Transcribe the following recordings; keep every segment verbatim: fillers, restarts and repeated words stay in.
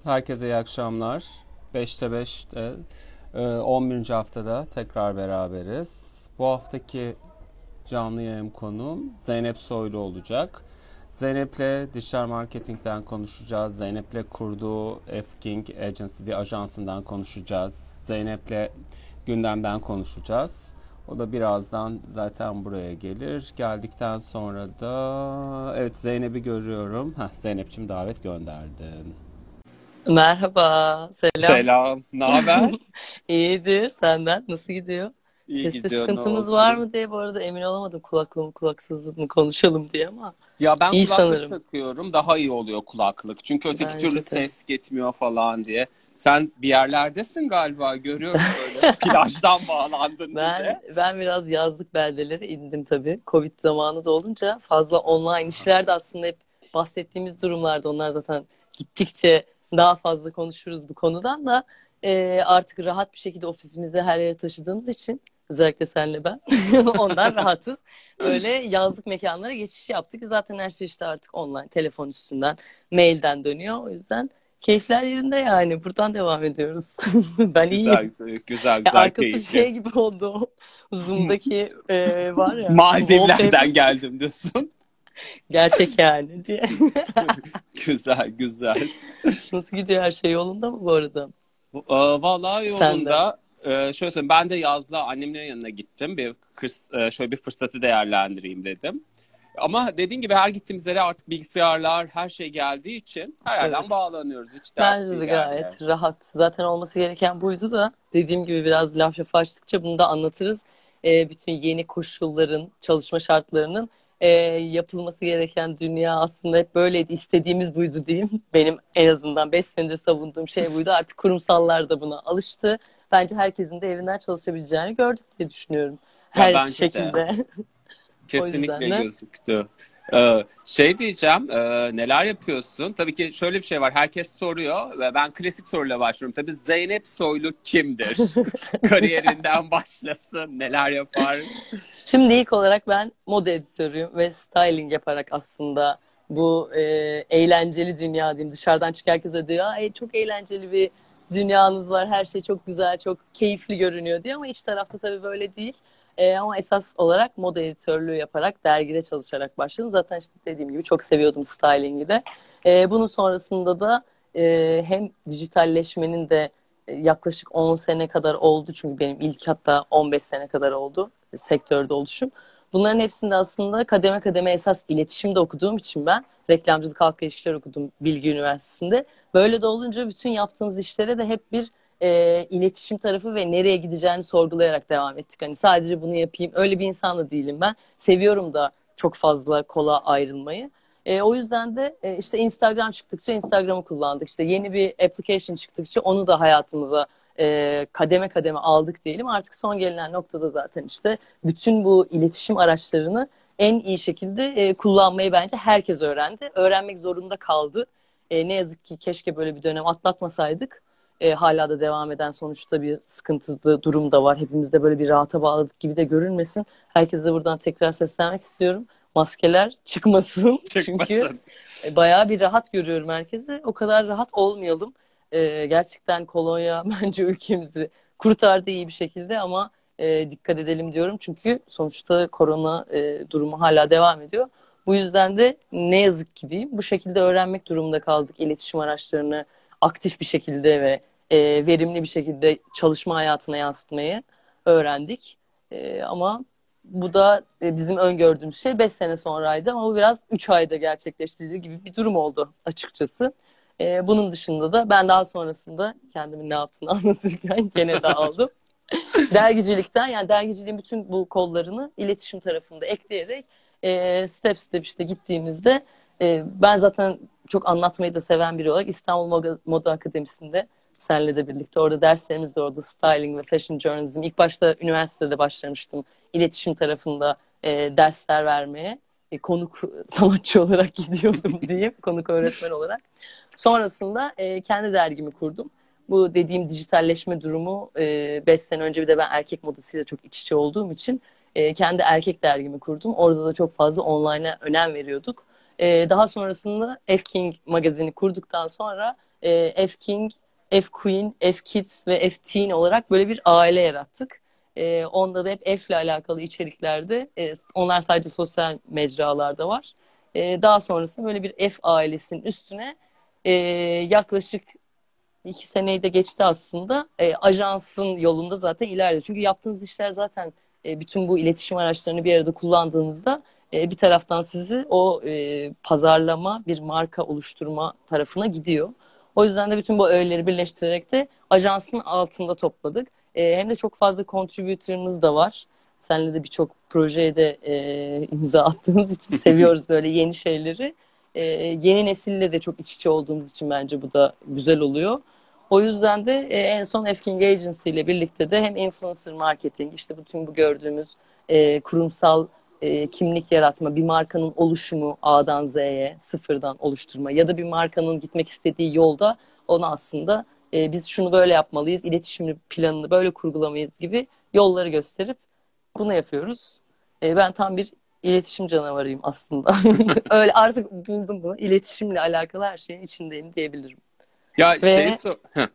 Herkese iyi akşamlar. beşte beşte e, on birinci haftada tekrar beraberiz. Bu haftaki canlı yayın konuğum Zeynep Soylu olacak. Zeynep'le dijital marketingten konuşacağız. Zeynep'le kurduğu F-King Agency diye ajansından konuşacağız. Zeynep'le gündemden konuşacağız. O da birazdan zaten buraya gelir. Geldikten sonra da evet Zeynep'i görüyorum. Heh, Zeynep'ciğim davet gönderdin. Merhaba, selam. Selam, ne haber? İyidir, senden nasıl gidiyor? İyi Seste gidiyor, ne sıkıntımız var olsun. mı diye bu arada emin olamadım kulaklı mı kulaksız mı konuşalım diye ama Ya ben iyi kulaklık sanırım. takıyorum, daha iyi oluyor kulaklık. Çünkü öteki türlü Bence de. ses gitmiyor falan diye. Sen bir yerlerdesin galiba, görüyorum böyle. Plajdan bağlandın Ben bize. ben biraz yazlık beldelere indim tabii. Covid zamanı da olunca fazla online işler de aslında hep bahsettiğimiz durumlarda onlar zaten gittikçe daha fazla konuşuruz bu konudan da e, artık rahat bir şekilde ofisimizi her yere taşıdığımız için özellikle senle ben ondan rahatız. Böyle yazlık mekanlara geçiş yaptık. Zaten her şey işte artık online, telefon üstünden, mailden dönüyor. O yüzden keyifler yerinde yani. Buradan devam ediyoruz. Ben Güzel iyiyim. güzel, güzel Ya güzel, arkası keyifli. şey gibi oldu o. Zoom'daki e, var ya wallpaper. Maldivler'den geldim diyorsun. Gerçek yani diye. Güzel güzel. Nasıl gidiyor her şey yolunda mı bu arada? Ee, Vallahi Sen de. yolunda. Ee, şöyle söyleyeyim, ben de yazla annemlerin yanına gittim. Bir kırs- e, şöyle bir fırsatı değerlendireyim dedim. Ama dediğin gibi her gittiğimiz yere artık bilgisayarlar, her şey geldiği için her yerden Evet. bağlanıyoruz. Hiç dert Bence değil de yani. gayet rahat. Zaten olması gereken buydu da dediğim gibi biraz laf lafı açtıkça bunu da anlatırız. Ee, bütün yeni koşulların, çalışma şartlarının e, yapılması gereken dünya aslında hep böyleydi. İstediğimiz buydu diyeyim. Benim en azından beş senedir savunduğum şey buydu. Artık kurumsallar da buna alıştı. Bence herkesin de evinden çalışabileceğini gördük diye düşünüyorum. Ya Her bence de. şekilde. O Kesinlikle yüzden de gözüktü. Ee, şey diyeceğim, e, neler yapıyorsun? Tabii ki şöyle bir şey var, herkes soruyor ve ben klasik soruyla başlıyorum. Tabii Zeynep Soylu kimdir? Kariyerinden başlasın, neler yapar? şimdi ilk olarak ben moda editörüyüm ve styling yaparak aslında bu e, eğlenceli dünya diyeyim. Dışarıdan çık herkes diyor, ay çok eğlenceli bir dünyanız var, her şey çok güzel, çok keyifli görünüyor diye ama iç tarafta tabii böyle değil. E, ama esas olarak moda editörlüğü yaparak, dergide çalışarak başladım. Zaten işte dediğim gibi çok seviyordum stylingi de. E, bunun sonrasında da e, hem dijitalleşmenin de yaklaşık on sene kadar oldu. Çünkü benim ilk hatta on beş sene kadar oldu sektörde oluşum. Bunların hepsinde aslında kademe kademe esas iletişimde okuduğum için ben reklamcılık halkla ilişkiler okudum Bilgi Üniversitesi'nde. Böyle de olunca bütün yaptığımız işlere de hep bir e, iletişim tarafı ve nereye gideceğini sorgulayarak devam ettik. Hani sadece bunu yapayım öyle bir insan da değilim ben. Seviyorum da çok fazla kola ayrılmayı. E, o yüzden de e, işte Instagram çıktıkça Instagram'ı kullandık. İşte yeni bir application çıktıkça onu da hayatımıza e, kademe kademe aldık diyelim. Artık son gelinen noktada zaten işte bütün bu iletişim araçlarını en iyi şekilde e, kullanmayı bence herkes öğrendi. Öğrenmek zorunda kaldı. E, ne yazık ki keşke böyle bir dönem atlatmasaydık. E, hala da devam eden sonuçta bir sıkıntılı durum da var. Hepimiz de böyle bir rahata bağladık gibi de görünmesin. Herkese buradan tekrar seslenmek istiyorum. Maskeler çıkmasın. Çünkü Çıkmasın. e, bayağı bir rahat görüyorum herkese. O kadar rahat olmayalım. E, gerçekten kolonya bence ülkemizi kurtardı iyi bir şekilde ama e, dikkat edelim diyorum. Çünkü sonuçta korona e, durumu hala devam ediyor. Bu yüzden de ne yazık ki diyeyim bu şekilde öğrenmek durumunda kaldık iletişim araçlarını aktif bir şekilde ve e, verimli bir şekilde çalışma hayatına yansıtmayı öğrendik. E, ama bu da e, bizim öngördüğümüz şey beş sene sonraydı ama bu biraz üç ayda gerçekleştiği gibi bir durum oldu açıkçası. E, bunun dışında da ben daha sonrasında kendimin ne yaptığını anlatırken gene dağıldım. Dergicilikten yani dergiciliğin bütün bu kollarını iletişim tarafında ekleyerek e, step step işte gittiğimizde e, ben zaten çok anlatmayı da seven biri olarak İstanbul Moda, Moda Akademisi'nde senle de birlikte orada derslerimiz de orada styling ve fashion journalism. İlk başta üniversitede başlamıştım iletişim tarafında e, dersler vermeye. E, konuk sanatçı olarak gidiyordum diyeyim, konuk öğretmen olarak. Sonrasında e, kendi dergimi kurdum. Bu dediğim dijitalleşme durumu e, beş sene önce bir de ben erkek modasıyla çok iç içe olduğum için e, kendi erkek dergimi kurdum. Orada da çok fazla online'a önem veriyorduk. E, daha sonrasında F-King magazini kurduktan sonra e, F-King, F-Queen, F-Kids ve F-Teen olarak böyle bir aile yarattık. E, onda da hep F ile alakalı içeriklerde, e, onlar sadece sosyal mecralarda var. E, daha sonrasında böyle bir F ailesinin üstüne e, yaklaşık iki seneyi de geçti aslında. E, ajansın yolunda zaten ilerliyor. Çünkü yaptığınız işler zaten e, bütün bu iletişim araçlarını bir arada kullandığınızda e, bir taraftan sizi o e, pazarlama, bir marka oluşturma tarafına gidiyor. O yüzden de bütün bu öğeleri birleştirerek de ajansın altında topladık. E, hem de çok fazla contributor'ımız da var. Seninle de birçok projeye de e, imza attığımız için seviyoruz böyle yeni şeyleri. E, yeni nesille de çok iç içe olduğumuz için bence bu da güzel oluyor. O yüzden de e, en son F-King Agency ile birlikte de hem influencer marketing, işte bütün bu gördüğümüz e, kurumsal e, kimlik yaratma, bir markanın oluşumu A'dan Z'ye sıfırdan oluşturma ya da bir markanın gitmek istediği yolda onu aslında e, biz şunu böyle yapmalıyız, iletişim planını böyle kurgulamayız gibi yolları gösterip bunu yapıyoruz. E, ben tam bir iletişim canavarıyım aslında. Öyle artık buldum bunu. İletişimle alakalı her şeyin içindeyim diyebilirim. Ya şey Ve so Heh.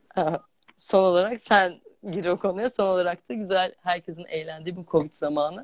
son olarak sen gir o konuya. Son olarak da güzel, herkesin eğlendiği bu Covid zamanı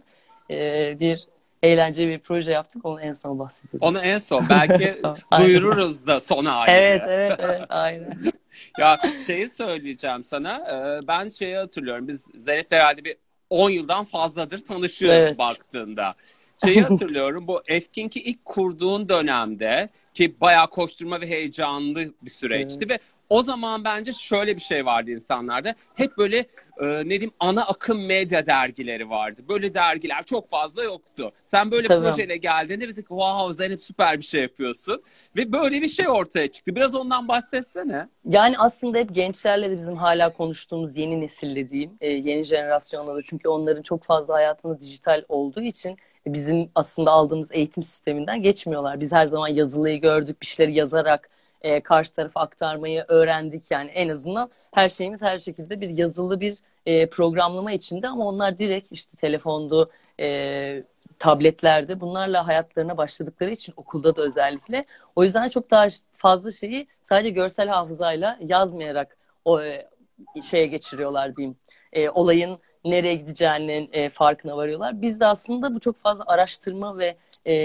e, bir eğlenceli bir proje yaptık. Onu en son bahsedelim. Onu en son belki Tamam, aynen. duyururuz da son halini. Evet, evet, evet, aynen. Ya şeyi söyleyeceğim sana. e, Ben şeyi hatırlıyorum. Biz Zeynep'le herhalde bir on yıldan fazladır tanışıyoruz Evet. baktığında. Şeyi hatırlıyorum. Bu F-King'i ilk kurduğun dönemde ki bayağı koşturma ve heyecanlı bir süreçti ve o zaman bence şöyle bir şey vardı insanlarda. Hep böyle e, ne diyeyim ana akım medya dergileri vardı. Böyle dergiler çok fazla yoktu. Sen böyle Tabii. projeyle geldiğinde biz dedik wow Zeynep süper bir şey yapıyorsun. Ve böyle bir şey ortaya çıktı. Biraz ondan bahsetsene. Yani aslında hep gençlerle de bizim hala konuştuğumuz yeni nesille diyeyim, e, yeni jenerasyonla da, çünkü onların çok fazla hayatında dijital olduğu için bizim aslında aldığımız eğitim sisteminden geçmiyorlar. Biz her zaman yazılıyı gördük, bir şeyleri yazarak e, karşı tarafa aktarmayı öğrendik. Yani en azından her şeyimiz her şekilde bir yazılı bir e, programlama içinde, ama onlar direkt işte telefondu, e, tabletlerde bunlarla hayatlarına başladıkları için, okulda da özellikle. O yüzden çok daha fazla şeyi sadece görsel hafızayla yazmayarak o e, şeye geçiriyorlar diyeyim. E, olayın nereye gideceğinin e, farkına varıyorlar. Biz de aslında bu çok fazla araştırma ve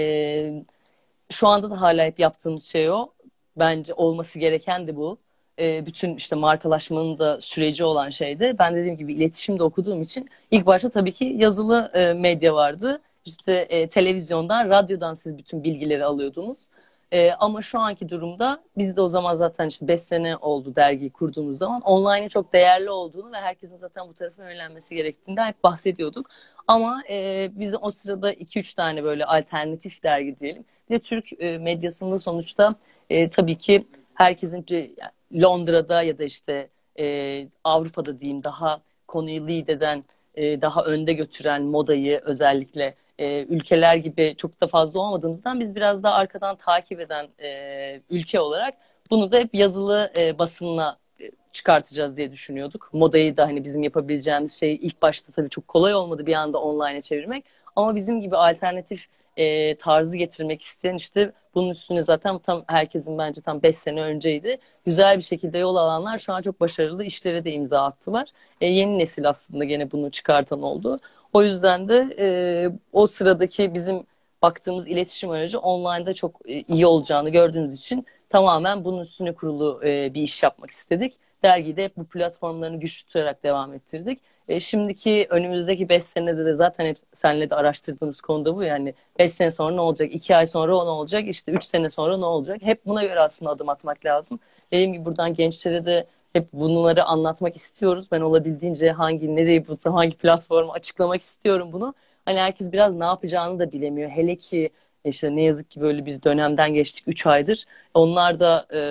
e, şu anda da hala hep yaptığımız şey o. Bence olması gereken de bu. E, bütün işte markalaşmanın da süreci olan şeyde. Ben dediğim gibi iletişimde okuduğum için ilk başta tabii ki yazılı e, medya vardı. İşte e, televizyondan, radyodan siz bütün bilgileri alıyordunuz. E, ama şu anki durumda biz de o zaman zaten işte beş sene oldu dergiyi kurduğumuz zaman online'ın çok değerli olduğunu ve herkesin zaten bu tarafa yönlenmesi gerektiğinden hep bahsediyorduk. Ama e, biz o sırada iki üç tane böyle alternatif dergi diyelim. Bir de Türk e, medyasında sonuçta e, tabii ki herkesin Londra'da ya da işte e, Avrupa'da diyeyim daha konuyu lead eden, e, daha önde götüren modayı özellikle e, ülkeler gibi çok da fazla olmadığımızdan biz biraz daha arkadan takip eden e, ülke olarak bunu da hep yazılı e, basınla e, çıkartacağız diye düşünüyorduk. Modayı da hani bizim yapabileceğimiz şey ilk başta tabii çok kolay olmadı bir anda online'a çevirmek. Ama bizim gibi alternatif e, tarzı getirmek isteyen işte bunun üstüne zaten tam herkesin bence tam beş sene önceydi. Güzel bir şekilde yol alanlar şu an çok başarılı işlere de imza attılar. E, yeni nesil aslında gene bunu çıkartan oldu. O yüzden de e, o sıradaki bizim baktığımız iletişim aracı online'da çok e, iyi olacağını gördüğümüz için tamamen bunun üstüne kurulu e, bir iş yapmak istedik. Dergiyi de hep bu platformlarını güçlü tutarak devam ettirdik. E, şimdiki önümüzdeki beş senede de zaten hep seninle de araştırdığımız konu da bu. Yani beş sene sonra ne olacak, iki ay sonra o ne olacak, işte üç sene sonra ne olacak? Hep buna göre aslında adım atmak lazım. Dediğim gibi buradan gençlere de hep bunları anlatmak istiyoruz. Ben olabildiğince hangi, nereyi bulsam, hangi platformu açıklamak istiyorum bunu. Hani herkes biraz ne yapacağını da bilemiyor. Hele ki işte ne yazık ki böyle bir dönemden geçtik üç aydır. Onlar da e,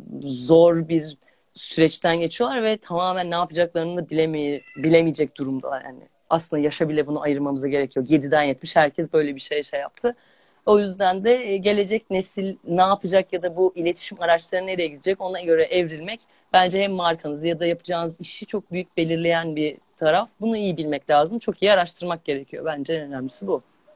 zor bir süreçten geçiyorlar ve tamamen ne yapacaklarını da bileme bilemeyecek durumdalar yani. Aslında yaşa bile bunu ayırmamıza gerekiyor. yediden yetmiş herkes böyle bir şey şey yaptı. O yüzden de e, gelecek nesil ne yapacak ya da bu iletişim araçları nereye gidecek ona göre evrilmek bence hem markanızı ya da yapacağınız işi çok büyük belirleyen bir taraf. Bunu iyi bilmek lazım. Çok iyi araştırmak gerekiyor. Bence en önemlisi bu.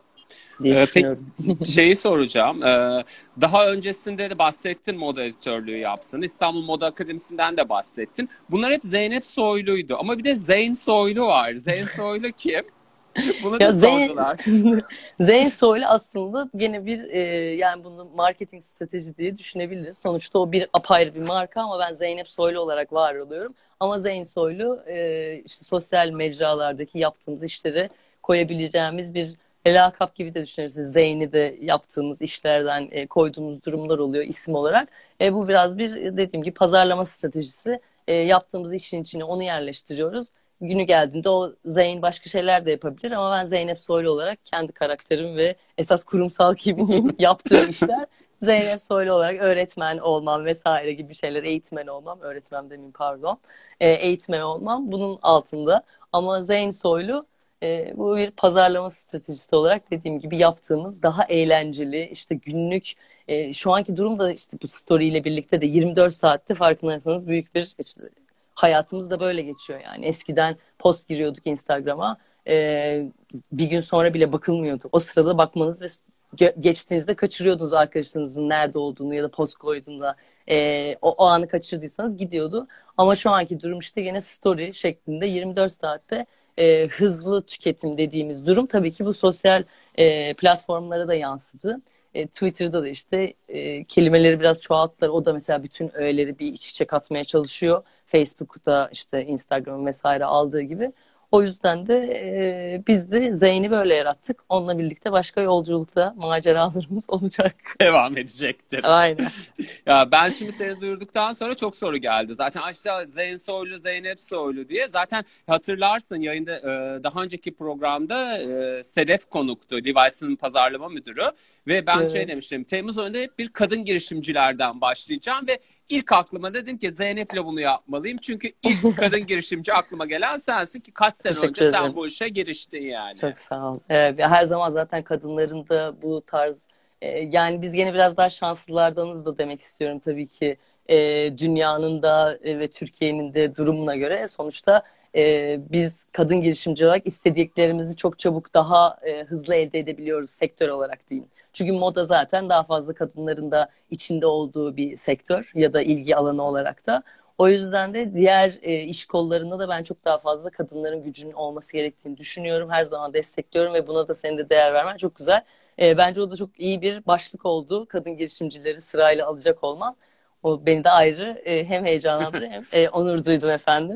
diye Ee, peki düşünüyorum. şeyi soracağım. Ee, daha öncesinde de bahsettin, moda editörlüğü yaptın. İstanbul Moda Akademisi'nden de bahsettin. Bunlar hep Zeynep Soylu'ydu. Ama bir de Zeyn Soylu var. Zeyn Soylu kim? Bunu Ya da Zeyn, sordular. Zeyn Soylu aslında gene bir e, yani bunu marketing strateji diye düşünebiliriz. Sonuçta o bir apayrı bir marka ama ben Zeynep Soylu olarak var oluyorum. Ama Zeyn Soylu e, işte sosyal mecralardaki yaptığımız işleri koyabileceğimiz bir lakap gibi de düşünebilirsiniz. Zeyn'i de yaptığımız işlerden e, koyduğumuz durumlar oluyor isim olarak. E, bu biraz bir dediğim gibi pazarlama stratejisi. E, yaptığımız işin içine onu yerleştiriyoruz. Günü geldiğinde o Zeyn başka şeyler de yapabilir ama ben Zeynep Soylu olarak kendi karakterim ve esas kurumsal kimliğim yaptığım işler Zeynep Soylu olarak öğretmen olmam vesaire gibi şeyler, eğitmen olmam, öğretmen demeyeyim pardon, e, eğitmen olmam bunun altında ama Zeyn Soylu e, bu bir pazarlama stratejisi olarak dediğim gibi yaptığımız daha eğlenceli işte günlük e, şu anki durumda işte bu story ile birlikte de yirmi dört saatte farkındaysanız büyük bir işte, hayatımız da böyle geçiyor yani. Eskiden post giriyorduk Instagram'a. Ee, bir gün sonra bile bakılmıyordu. O sırada bakmanız ve geçtiğinizde kaçırıyordunuz arkadaşınızın nerede olduğunu ya da post koyduğunda e, o, o anı kaçırdıysanız gidiyordu. Ama şu anki durum işte yine story şeklinde yirmi dört saatte e, hızlı tüketim dediğimiz durum tabii ki bu sosyal e, platformlara da yansıdı. E, Twitter'da da işte e, kelimeleri biraz çoğalttılar. O da mesela bütün öğeleri bir iç içe katmaya çalışıyor. Facebook'ta işte Instagram vesaire aldığı gibi. O yüzden de e, biz de Zeyn'i böyle yarattık. Onunla birlikte başka yolculukta maceralarımız olacak. Devam edecektir. Aynen. Ya ben şimdi seni duyurduktan sonra çok soru geldi. Zaten aşağı Zeyn Soylu, Zeynep Soylu diye. Zaten hatırlarsın yayında e, daha önceki programda e, Sedef konuktu. Levi's'ın pazarlama müdürü. Ve ben şey Evet. demiştim. Temmuz ayında hep bir kadın girişimcilerden başlayacağım ve ilk aklıma dedim ki Zeynep'le bunu yapmalıyım. Çünkü ilk kadın girişimci aklıma gelen sensin ki kaç sene Teşekkür önce sen ederim. bu işe giriştin yani. Çok sağ ol. Ee, her zaman zaten kadınların da bu tarz e, yani biz gene biraz daha şanslılardanız da demek istiyorum tabii ki. E, dünyanın da e, ve Türkiye'nin de durumuna göre sonuçta e, biz kadın girişimci olarak istediklerimizi çok çabuk daha e, hızlı elde edebiliyoruz sektör olarak diyeyim. Çünkü moda zaten daha fazla kadınların da içinde olduğu bir sektör ya da ilgi alanı olarak da. O yüzden de diğer e, iş kollarında da ben çok daha fazla kadınların gücünün olması gerektiğini düşünüyorum. Her zaman destekliyorum ve buna da senin de değer vermen çok güzel. E, bence o da çok iyi bir başlık oldu. Kadın girişimcileri sırayla alacak olman. O beni de ayrı e, hem heyecanlandırdı hem e, onur duydum efendim.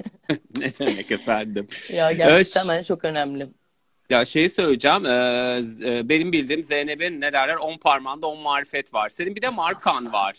Ne demek efendim? Ya Ee, gerçekten bence çok önemli. Ya şeyi söyleyeceğim. Ee, z- e, benim bildiğim Zeynep'in ne derler? On parmağında on marifet var. Senin bir de markan var.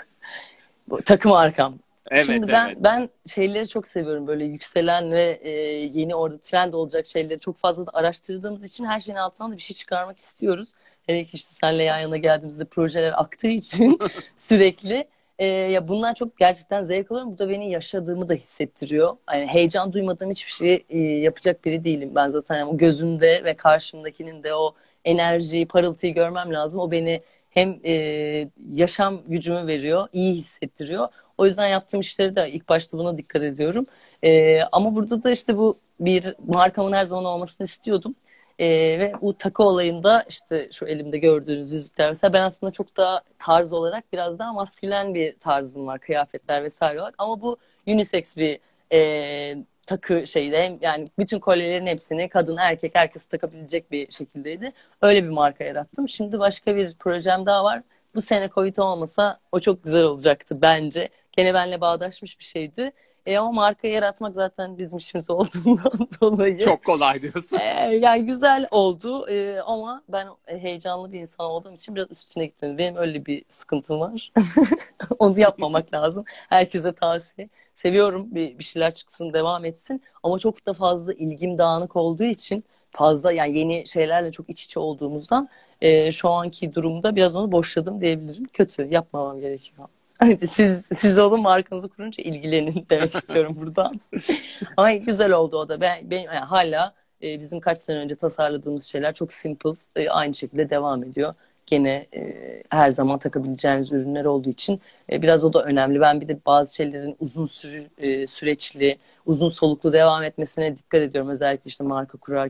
Bu, takım arkam. Evet, Şimdi ben evet. ben şeyleri çok seviyorum böyle yükselen ve e, yeni orada trend olacak şeyleri çok fazla da araştırdığımız için her şeyin altından da bir şey çıkarmak istiyoruz. Hele ki işte senle yan yana geldiğimizde projeler aktığı için sürekli e, ya bundan çok gerçekten zevk alıyorum. Bu da beni yaşadığımı da hissettiriyor. Yani heyecan duymadığım hiçbir şeyi e, yapacak biri değilim. Ben zaten yani o gözümde ve karşımdakinin de o enerjiyi, parıltıyı görmem lazım. O beni hem e, yaşam gücümü veriyor, iyi hissettiriyor. O yüzden yaptığım işleri de ilk başta buna dikkat ediyorum. Ee, ama burada da işte bu bir markamın her zaman olmasını istiyordum. Ee, ve bu takı olayında işte şu elimde gördüğünüz yüzükler mesela ben aslında çok daha tarz olarak biraz daha maskülen bir tarzım var kıyafetler vesaire olarak. Ama bu unisex bir e, takı şeydi. Hem yani bütün kolyelerin hepsini kadın erkek herkes takabilecek bir şekildeydi. Öyle bir marka yarattım. Şimdi başka bir projem daha var. Bu sene Covid olmasa o çok güzel olacaktı bence. Gene benimle bağdaşmış bir şeydi. E ama marka yaratmak zaten bizim işimiz olduğundan dolayı. Çok kolay diyorsun. E, yani güzel oldu e, ama ben heyecanlı bir insan olduğum için biraz üstüne gitmedim. Benim öyle bir sıkıntım var. Onu yapmamak lazım. Herkese tavsiye. Seviyorum bir, bir şeyler çıksın, devam etsin. Ama çok da fazla ilgim dağınık olduğu için fazla yani yeni şeylerle çok iç içe olduğumuzdan e, şu anki durumda biraz onu boşladım diyebilirim. Kötü, yapmamam gerekiyor. Hadi siz siz olun markanızı kurunca ilgilenin demek istiyorum buradan. Ama güzel oldu o da. Ben, ben yani hala e, bizim kaç sene önce tasarladığımız şeyler çok simple, e, aynı şekilde devam ediyor. Gene e, her zaman takabileceğiniz ürünler olduğu için e, biraz o da önemli. Ben bir de bazı şeylerin uzun sürü, e, süreçli, uzun soluklu devam etmesine dikkat ediyorum. Özellikle işte marka kurarken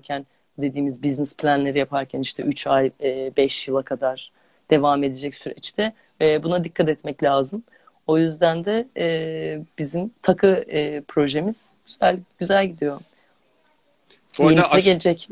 dediğimiz business planları yaparken işte üç ay, beş yıla kadar devam edecek süreçte e, buna dikkat etmek lazım. O yüzden de e, bizim takı e, projemiz güzel güzel gidiyor. Bu arada Yenisi de aş- gelecek.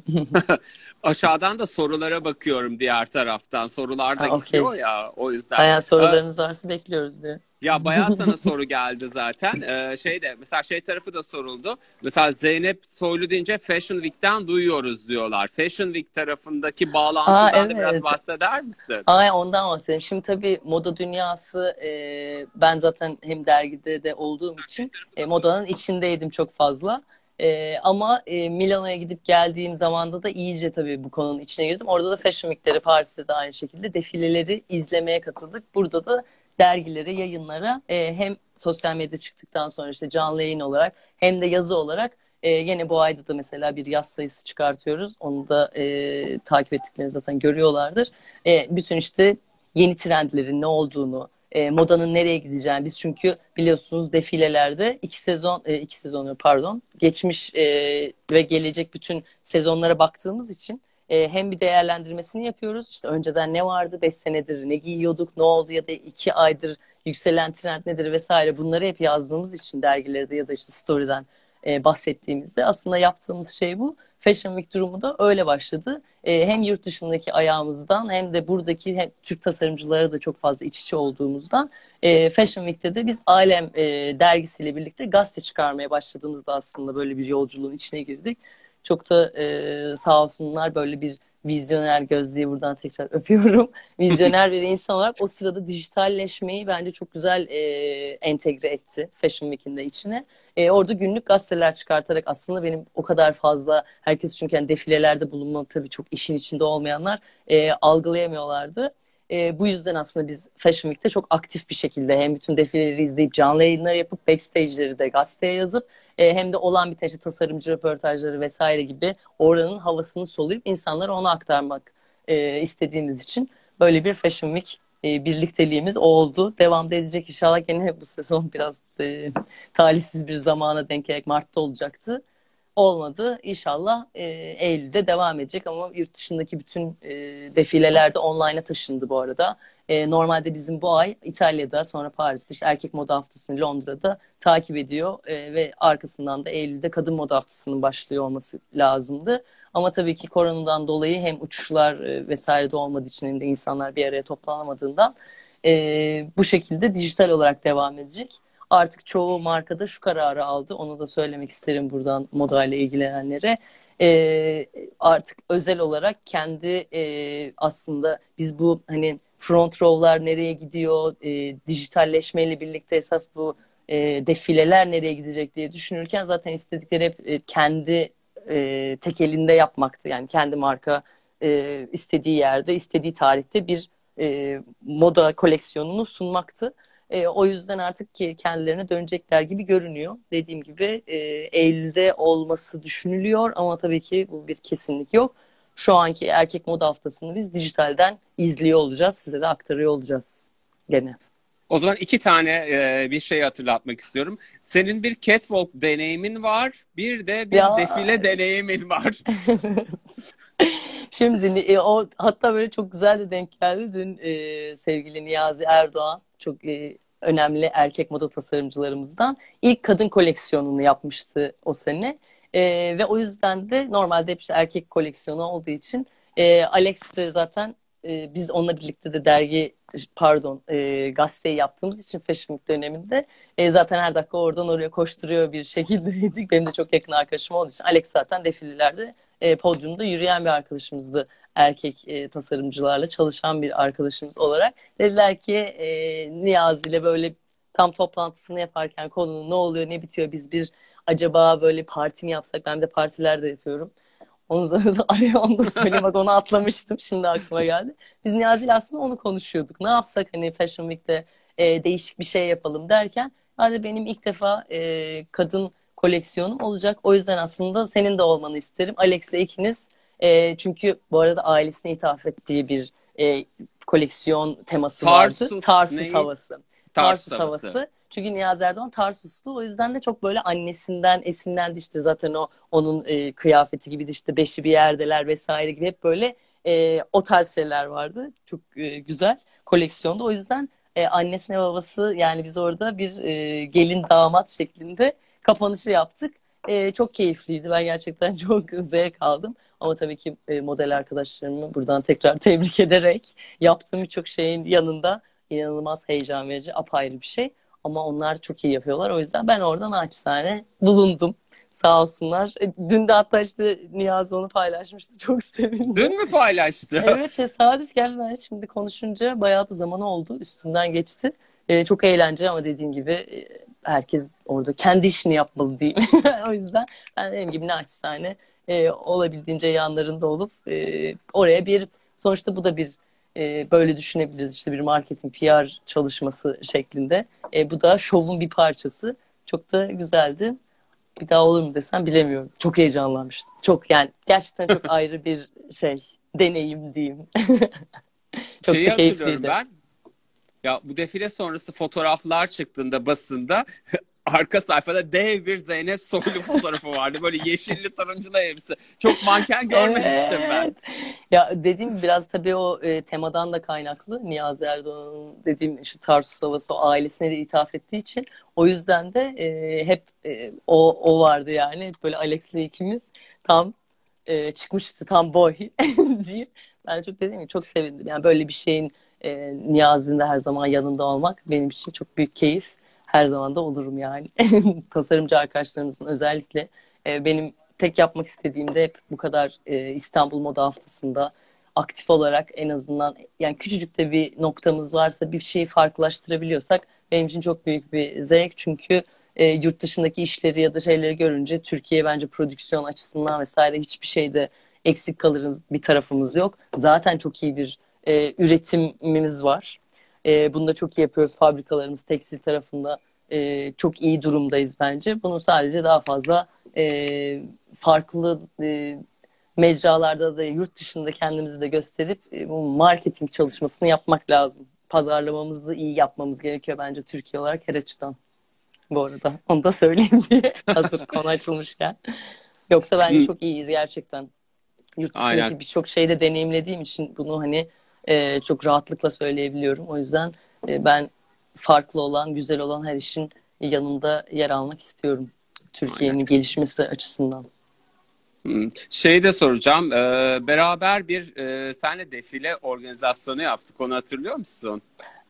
aşağıdan da sorulara bakıyorum diğer taraftan. Sorular da Ha, okey. geliyor ya, o yüzden. Bayağı Ee, sorularınız varsa bekliyoruz diye. Ya bayağı sana soru geldi zaten. Ee, şeyde mesela şey tarafı da soruldu. Mesela Zeynep Soylu deyince Fashion Week'ten duyuyoruz diyorlar. Fashion Week tarafındaki Aa, bağlantıdan da biraz evet. bahseder misin? Ay, ondan bahsedeyim. Şimdi tabii moda dünyası, e, ben zaten hem dergide de olduğum için e, modanın içindeydim çok fazla. E, ama e, Milano'ya gidip geldiğim zamanda da iyice tabii bu konunun içine girdim. Orada da Fashion Week'leri, Paris'te de aynı şekilde defileleri izlemeye katıldık. Burada da dergilere, yayınlara e, hem sosyal medya çıktıktan sonra işte canlı yayın olarak hem de yazı olarak e, yine bu ayda da mesela bir yaz sayısı çıkartıyoruz. Onu da e, takip ettiklerini zaten görüyorlardır. E, bütün işte yeni trendlerin ne olduğunu, e, modanın nereye gideceğini, biz çünkü biliyorsunuz defilelerde iki sezon, e, iki sezonu pardon, geçmiş e, ve gelecek bütün sezonlara baktığımız için e, hem bir değerlendirmesini yapıyoruz. İşte önceden ne vardı, beş senedir ne giyiyorduk, ne oldu ya da iki aydır yükselen trend nedir vesaire, bunları hep yazdığımız için dergilerde ya da işte story'den e, bahsettiğimizde aslında yaptığımız şey bu. Fashion Week durumu da öyle başladı. E, hem yurt dışındaki ayağımızdan hem de buradaki hem Türk tasarımcılara da çok fazla iç içe olduğumuzdan e, Fashion Week'te de biz Alem e, dergisiyle birlikte gazete çıkarmaya başladığımızda aslında böyle bir yolculuğun içine girdik. Çok da e, sağ olsunlar, böyle bir vizyoner gözlüğü buradan tekrar öpüyorum. Vizyoner bir insan olarak o sırada dijitalleşmeyi bence çok güzel e, entegre etti Fashion Week'in de içine. E, orada günlük gazeteler çıkartarak aslında benim o kadar fazla, herkes çünkü yani defilelerde bulunmam tabii çok işin içinde olmayanlar e, algılayamıyorlardı. E, bu yüzden aslında biz Fashion Week'te çok aktif bir şekilde hem bütün defileleri izleyip canlı yayınlar yapıp backstage'leri de gazeteye yazıp e, hem de olan biteni tasarımcı röportajları vesaire gibi oranın havasını soluyup insanlara onu aktarmak e, istediğimiz için böyle bir Fashion Week e, birlikteliğimiz oldu. Devam da edecek inşallah. Gene bu sezon biraz e, talihsiz bir zamana denk gelerek Mart'ta olacaktı. Olmadı. İnşallah e, Eylül'de devam edecek ama yurt dışındaki bütün e, defileler de online'a taşındı bu arada. E, normalde bizim bu ay İtalya'da, sonra Paris'te, işte erkek moda haftasını Londra'da takip ediyor e, ve arkasından da Eylül'de kadın moda haftasının başlıyor olması lazımdı. Ama tabii ki koronadan dolayı hem uçuşlar e, vesaire de olmadığı için hem de insanlar bir araya toplanamadığından e, bu şekilde dijital olarak devam edecek. Artık çoğu markada şu kararı aldı. Onu da söylemek isterim buradan modayla ilgilenenlere. Ee, artık özel olarak kendi e, aslında biz bu hani front row'lar nereye gidiyor, e, dijitalleşmeyle birlikte esas bu e, defileler nereye gidecek diye düşünürken zaten istedikleri hep e, kendi e, tek elinde yapmaktı. Yani kendi marka e, istediği yerde, istediği tarihte bir e, moda koleksiyonunu sunmaktı. E, o yüzden artık ki kendilerine dönecekler gibi görünüyor. Dediğim gibi e, Eylül'de olması düşünülüyor ama tabii ki bu bir kesinlik yok. Şu anki erkek moda haftasını biz dijitalden izliyor olacağız. Size de aktarıyor olacağız gene. O zaman iki tane e, bir şey hatırlatmak istiyorum. Senin bir catwalk deneyimin var, bir de bir Ya defile deneyimin var. şimdi e, o hatta böyle çok güzel de denk geldi. Dün e, sevgili Niyazi Erdoğan, çok e, önemli erkek moda tasarımcılarımızdan, ilk kadın koleksiyonunu yapmıştı o sene. E, ve o yüzden de normalde hep işte erkek koleksiyonu olduğu için e, Alex de zaten e, biz onunla birlikte de dergi pardon e, gazeteyi yaptığımız için Fashion Week döneminde e, zaten her dakika oradan oraya koşturuyor bir şekildeydik. Benim de çok yakın arkadaşım olduğu için Alex zaten defilelerde e, podyumda yürüyen bir arkadaşımızdı, erkek e, tasarımcılarla çalışan bir arkadaşımız olarak. Dediler ki e, Niyazi ile böyle tam toplantısını yaparken konunun ne oluyor ne bitiyor, biz bir acaba böyle parti mi yapsak, ben de partiler de yapıyorum. Onu da araya onu da söyle, bak onu atlamıştım şimdi aklıma geldi. Biz Niyazi ile aslında onu konuşuyorduk. Ne yapsak hani Fashion Week'te e, değişik bir şey yapalım derken, hadi benim ilk defa e, kadın koleksiyonum olacak. O yüzden aslında senin de olmanı isterim. Alex'le ikiniz e, çünkü bu arada ailesine ithaf ettiği bir e, koleksiyon teması vardı. Tarsus Tarsus neyi? havası. Tarsus Tarsus havası. havası. Çünkü Niyazi Erdoğan Tarsuslu. O yüzden de çok böyle annesinden esinlendi işte zaten o onun e, kıyafeti gibi de işte beşi bir yerdeler vesaire gibi hep böyle e, o tarz şeyler vardı. Çok e, güzel koleksiyonda. O yüzden e, annesine babası yani biz orada bir e, gelin damat şeklinde kapanışı yaptık. E, çok keyifliydi. Ben gerçekten çok zevk aldım. Ama tabii ki e, model arkadaşlarımı buradan tekrar tebrik ederek yaptığım birçok şeyin yanında inanılmaz heyecan verici, apayrı bir şey. Ama onlar çok iyi yapıyorlar. O yüzden ben oradan naçizane bulundum. Sağ olsunlar. E, Dün de hatta işte Niyazi onu paylaşmıştı. Çok sevindi. Dün mü paylaştı? Evet tesadüf gerçekten şimdi konuşunca bayağı da zaman oldu. Üstünden geçti. E, çok eğlenceli ama dediğim gibi e, herkes orada kendi işini yapmalı diyeyim. O yüzden ben dediğim gibi naçizane e, olabildiğince yanlarında olup e, oraya bir sonuçta bu da bir e, böyle düşünebiliriz işte bir marketing P R çalışması şeklinde. E, bu da şovun bir parçası. Çok da güzeldi. Bir daha olur mu desem bilemiyorum. Çok heyecanlanmıştım. Çok yani gerçekten çok ayrı bir şey, deneyim diyeyim. Çok Şeyi da hatırlıyorum keyifliydi. ben. Ya bu defile sonrası fotoğraflar çıktığında basında arka sayfada dev bir Zeynep Soylu fotoğrafı vardı. Böyle yeşilli turunculu elbise. Çok manken görmemiştim ben. Evet. Ya dediğim gibi biraz tabii o e, temadan da kaynaklı. Niyazi Erdoğan'ın dediğim işte Tarsus havası o ailesine de ithaf ettiği için. O yüzden de e, hep e, o o vardı yani. Hep böyle Alex'le ikimiz tam e, çıkmıştı tam boy diye. Ben çok dediğim gibi çok sevindim. Yani böyle bir şeyin e, Niyazi'nin de her zaman yanında olmak benim için çok büyük keyif. Her zaman da olurum yani. Tasarımcı arkadaşlarımızın özellikle e, benim tek yapmak istediğimde hep bu kadar e, İstanbul Moda Haftası'nda aktif olarak en azından yani küçücük de bir noktamız varsa bir şeyi farklılaştırabiliyorsak benim için çok büyük bir zevk. Çünkü e, yurt dışındaki işleri ya da şeyleri görünce Türkiye bence prodüksiyon açısından vesaire hiçbir şeyde eksik kalırız bir tarafımız yok. Zaten çok iyi bir e, üretimimiz var. E, bunu da çok iyi yapıyoruz. Fabrikalarımız tekstil tarafında e, çok iyi durumdayız bence. Bunu sadece daha fazla e, farklı e, mecralarda da yurt dışında kendimizi de gösterip e, bu marketing çalışmasını yapmak lazım. Pazarlamamızı iyi yapmamız gerekiyor bence Türkiye olarak her açıdan. Bu arada onu da söyleyeyim diye hazır konu açılmışken. Yoksa bence çok iyiyiz gerçekten. Yurt Aynen. dışındaki birçok şeyi de deneyimlediğim için bunu hani e, çok rahatlıkla söyleyebiliyorum. O yüzden e, ben farklı olan, güzel olan her işin yanında yer almak istiyorum. Aynen. Türkiye'nin gelişmesi açısından. Hmm. Şeyi de soracağım. Ee, beraber bir e, senle defile organizasyonu yaptık. Onu hatırlıyor musun?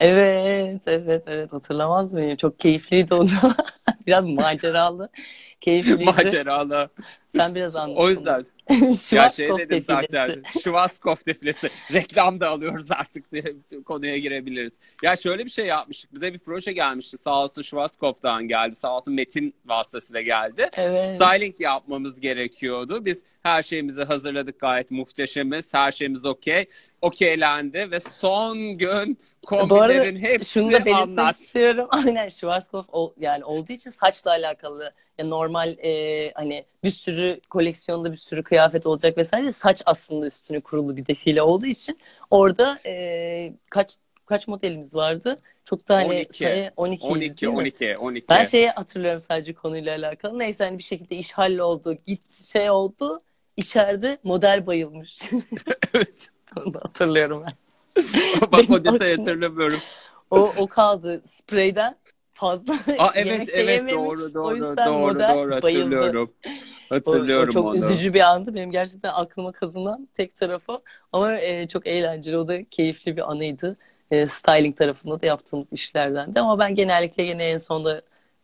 Evet, evet, evet hatırlamaz mıyım? Çok keyifliydi o da. Biraz maceralı, keyifliydi. Maceralı. Sen biraz anlat O onu. yüzden ya şey Schwarzkopf dedim defilesi. zaten. Schwarzkopf defilesi. Reklam da alıyoruz artık diye konuya girebiliriz. Ya şöyle bir şey yapmıştık. Bize bir proje gelmişti. Sağ olsun Schwarzkopf'tan geldi. Sağ olsun Metin vasıtasıyla geldi. Evet. Styling yapmamız gerekiyordu. Biz her şeyimizi hazırladık, gayet muhteşemiz. Her şeyimiz okey. Okeylendi ve son gün Bu arada kombinlerin şunu hepsi da belirtmek anlat. istiyorum. Aynen Schwarzkopf o, yani olduğu için saçla alakalı ya normal e, hani bir sürü koleksiyonda bir sürü kıyafet olacak vesaire saç aslında üstüne kurulu bir defile olduğu için orada e, kaç kaç modelimiz vardı? Çok da hani on iki. sayı on iki on iki, değil mi? on iki, Ben on iki. şeyi hatırlıyorum sadece konuyla alakalı. Neyse hani bir şekilde iş halloldu. Git şey oldu. İçeride model bayılmış. Evet. Onu da hatırlıyorum ben. Bak Benim o detayı aklımda hatırlamıyorum. o, o kaldı. Spreyden fazla Aa, evet yemek de evet yememiş. doğru O doğru yüzden doğru model doğru bayıldı. hatırlıyorum. O, o Hatırlıyorum çok onu. üzücü bir andı. Benim gerçekten aklıma kazınan tek tarafı. Ama e, çok eğlenceli. O da keyifli bir anıydı. E, styling tarafında da yaptığımız işlerden de. Ama ben genellikle yine en sonda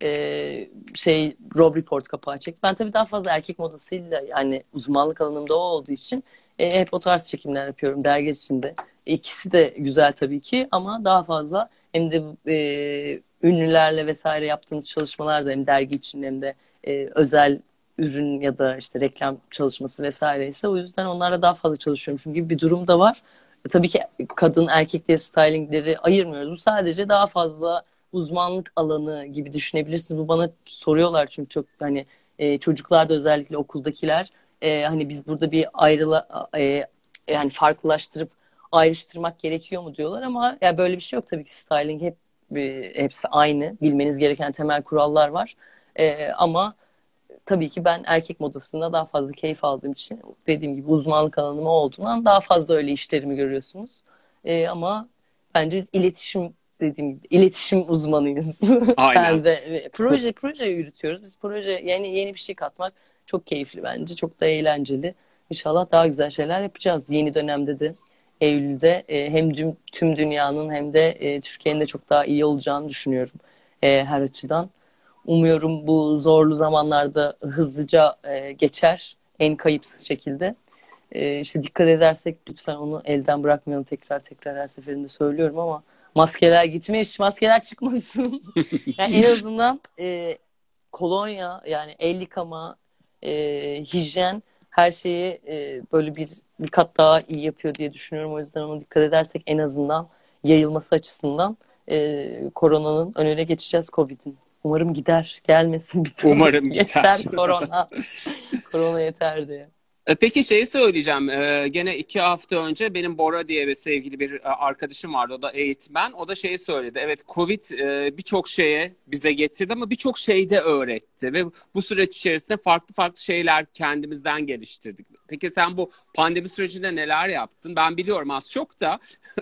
e, şey Rob Report kapağı çektim. Ben tabii daha fazla erkek modasıyla yani uzmanlık alanımda o olduğu için e, hep o tarz çekimler yapıyorum dergi içinde. İkisi de güzel tabii ki ama daha fazla hem de e, ünlülerle vesaire yaptığımız çalışmalar da hem dergi için hem de e, özel ürün ya da işte reklam çalışması vesaire ise o yüzden onlarla daha fazla çalışıyormuşum gibi bir durum da var. E, tabii ki kadın erkek diye stylingleri ayırmıyoruz. Bu sadece daha fazla uzmanlık alanı gibi düşünebilirsiniz. Bu bana soruyorlar çünkü çok hani e, çocuklar da özellikle okuldakiler e, hani biz burada bir ayrıla e, yani farklılaştırıp ayrıştırmak gerekiyor mu diyorlar ama ya böyle bir şey yok tabii ki styling hep Bir, hepsi aynı. Bilmeniz gereken temel kurallar var. Ee, ama tabii ki ben erkek modasında daha fazla keyif aldığım için, dediğim gibi uzmanlık alanım olduğundan daha fazla öyle işlerimi görüyorsunuz. Ee, ama bence biz iletişim, dediğim gibi iletişim uzmanıyız. Aynen. Sen de e, proje proje yürütüyoruz. Biz proje yeni yeni bir şey katmak çok keyifli bence. Çok da eğlenceli. İnşallah daha güzel şeyler yapacağız yeni dönemde de. Eylül'de e, hem tüm, tüm dünyanın hem de e, Türkiye'nin de çok daha iyi olacağını düşünüyorum e, her açıdan. Umuyorum bu zorlu zamanlarda hızlıca e, geçer en kayıpsız şekilde. E, işte dikkat edersek lütfen onu elden bırakmayalım, tekrar tekrar her seferinde söylüyorum ama maskeler gitmiş, maskeler çıkmasın. Yani en azından e, kolonya, yani el yıkama, e, hijyen her şeyi e, böyle bir bir kat daha iyi yapıyor diye düşünüyorum. O yüzden ona dikkat edersek en azından yayılması açısından e, koronanın önüne geçeceğiz, Covid'in. Umarım gider, gelmesin bir daha. Umarım Yeter gider. korona. Korona yeter diye. E, Peki şeyi söyleyeceğim. E, gene iki hafta önce benim Bora diye bir sevgili bir e, arkadaşım vardı. O da eğitmen. O da şeyi söyledi. Evet, Covid e, birçok şeye bize getirdi ama birçok şey de öğretti. Ve bu süreç içerisinde farklı farklı şeyler kendimizden geliştirdik. Peki sen bu pandemi sürecinde neler yaptın? Ben biliyorum az çok da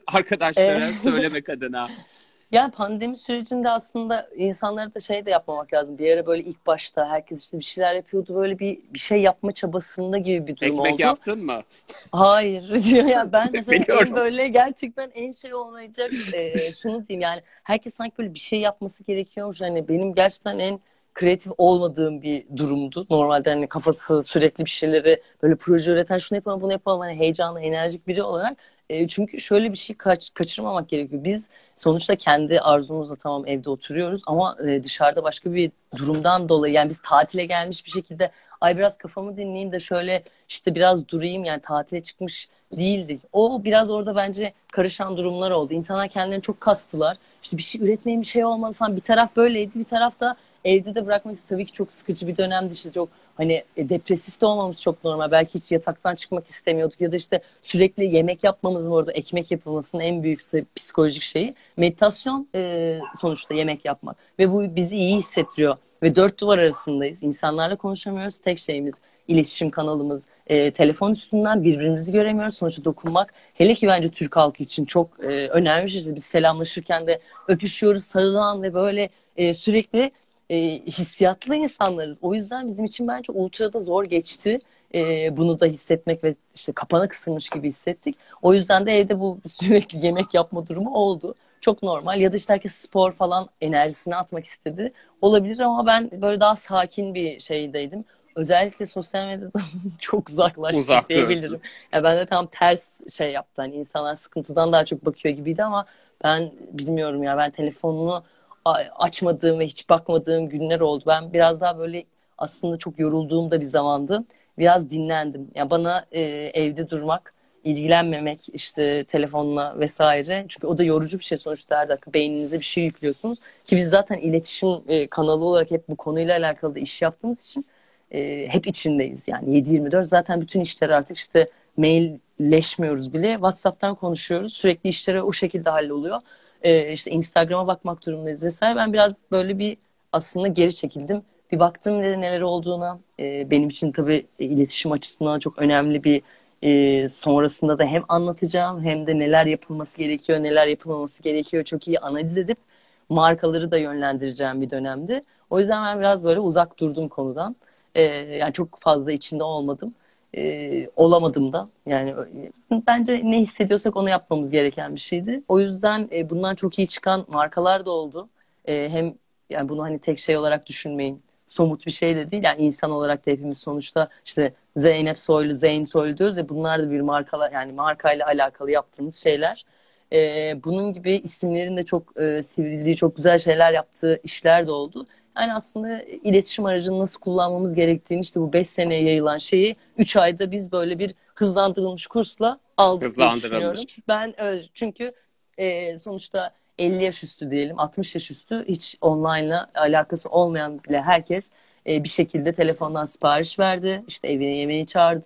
E, arkadaşlara söylemek adına. Yani pandemi sürecinde aslında insanlara da şey de yapmamak lazım. Bir ara böyle ilk başta herkes işte bir şeyler yapıyordu. Böyle bir bir şey yapma çabasında gibi bir durum Ekmek oldu. yaptın mı? Hayır. Ya ben mesela en Biliyorum. böyle gerçekten en şey olmayacak e, şunu diyeyim, yani herkes sanki böyle bir şey yapması gerekiyormuş. Hani benim gerçekten en kreatif olmadığım bir durumdu. Normalde hani kafası sürekli bir şeyleri böyle proje üreten, şunu yapalım bunu yapalım, hani heyecanlı enerjik biri olarak. E, çünkü şöyle bir şey kaç, kaçırmamak gerekiyor. Biz sonuçta kendi arzumuzla tamam evde oturuyoruz ama e, dışarıda başka bir durumdan dolayı, yani biz tatile gelmiş bir şekilde ay biraz kafamı dinleyeyim de şöyle işte biraz durayım, yani tatile çıkmış değildik. O biraz orada bence karışan durumlar oldu. İnsanlar kendilerini çok kastılar. İşte bir şey üretmeyin, bir şey olmalı falan. Bir taraf böyleydi, bir taraf da evde de bırakmak istedim. Tabii ki çok sıkıcı bir dönemdi, işte çok hani e, depresif de olmamız çok normal. Belki hiç yataktan çıkmak istemiyorduk ya da işte sürekli yemek yapmamız mı, orada ekmek yapılmasının en büyük tabii psikolojik şeyi. Meditasyon e, sonuçta yemek yapmak ve bu bizi iyi hissettiriyor. Ve dört duvar arasındayız. İnsanlarla konuşamıyoruz. Tek şeyimiz iletişim kanalımız. E, telefon üstünden birbirimizi göremiyoruz. Sonuçta dokunmak, hele ki bence Türk halkı için çok e, önemli bir şey. İşte biz selamlaşırken de öpüşüyoruz, sarılan ve böyle e, sürekli e, hissiyatlı insanlarız. O yüzden bizim için bence ultrada zor geçti. E, bunu da hissetmek ve işte kapana kısılmış gibi hissettik. O yüzden de evde bu sürekli yemek yapma durumu oldu. Çok normal. Ya da işte herkes spor falan enerjisini atmak istedi. Olabilir ama ben böyle daha sakin bir şeydeydim. Özellikle sosyal medyadan çok uzaklaştık Uzak diyebilirim. durdun. Ya ben de tam ters şey yaptı. Hani insanlar sıkıntıdan daha çok bakıyor gibiydi ama ben bilmiyorum ya, ben telefonunu a- açmadığım ve hiç bakmadığım günler oldu. Ben biraz daha böyle aslında çok yorulduğum da bir zamandı. Biraz dinlendim. Ya bana e, evde durmak, ilgilenmemek işte telefonla vesaire. Çünkü o da yorucu bir şey sonuçta, her dakika beyninize bir şey yüklüyorsunuz. Ki biz zaten iletişim e, kanalı olarak hep bu konuyla alakalı da iş yaptığımız için e, hep içindeyiz. Yani yedi yirmi dört zaten bütün işler artık işte mailleşmiyoruz bile. WhatsApp'tan konuşuyoruz. Sürekli işlere o şekilde halloluyor. E, işte Instagram'a bakmak durumundayız vesaire. Ben biraz böyle bir aslında geri çekildim. Bir baktım ne- neler olduğuna. E, benim için tabii e, iletişim açısından çok önemli bir e, sonrasında da hem anlatacağım hem de neler yapılması gerekiyor, neler yapılmaması gerekiyor çok iyi analiz edip markaları da yönlendireceğim bir dönemdi. O yüzden ben biraz böyle uzak durdum konudan. E, yani çok fazla içinde olmadım. E, olamadım da. Yani e, bence ne hissediyorsak onu yapmamız gereken bir şeydi. O yüzden e, bundan çok iyi çıkan markalar da oldu. E, hem yani bunu hani tek şey olarak düşünmeyin, somut bir şey de değil. Yani insan olarak da hepimiz sonuçta işte Zeynep Soylu, Zeyn Soylu diyoruz ya, bunlar da bir markalar, yani markayla alakalı yaptığımız şeyler. Ee, bunun gibi isimlerin de çok e, sivrildiği, çok güzel şeyler yaptığı işler de oldu. Yani aslında iletişim aracını nasıl kullanmamız gerektiğini, işte bu beş seneye yayılan şeyi üç ayda biz böyle bir hızlandırılmış kursla aldık diye düşünüyorum. Hızlandırılmış. Ben öyle, çünkü e, sonuçta elli yaş üstü diyelim, altmış yaş üstü hiç online'la alakası olmayan bile herkes e, bir şekilde telefondan sipariş verdi. İşte evine yemeği çağırdı.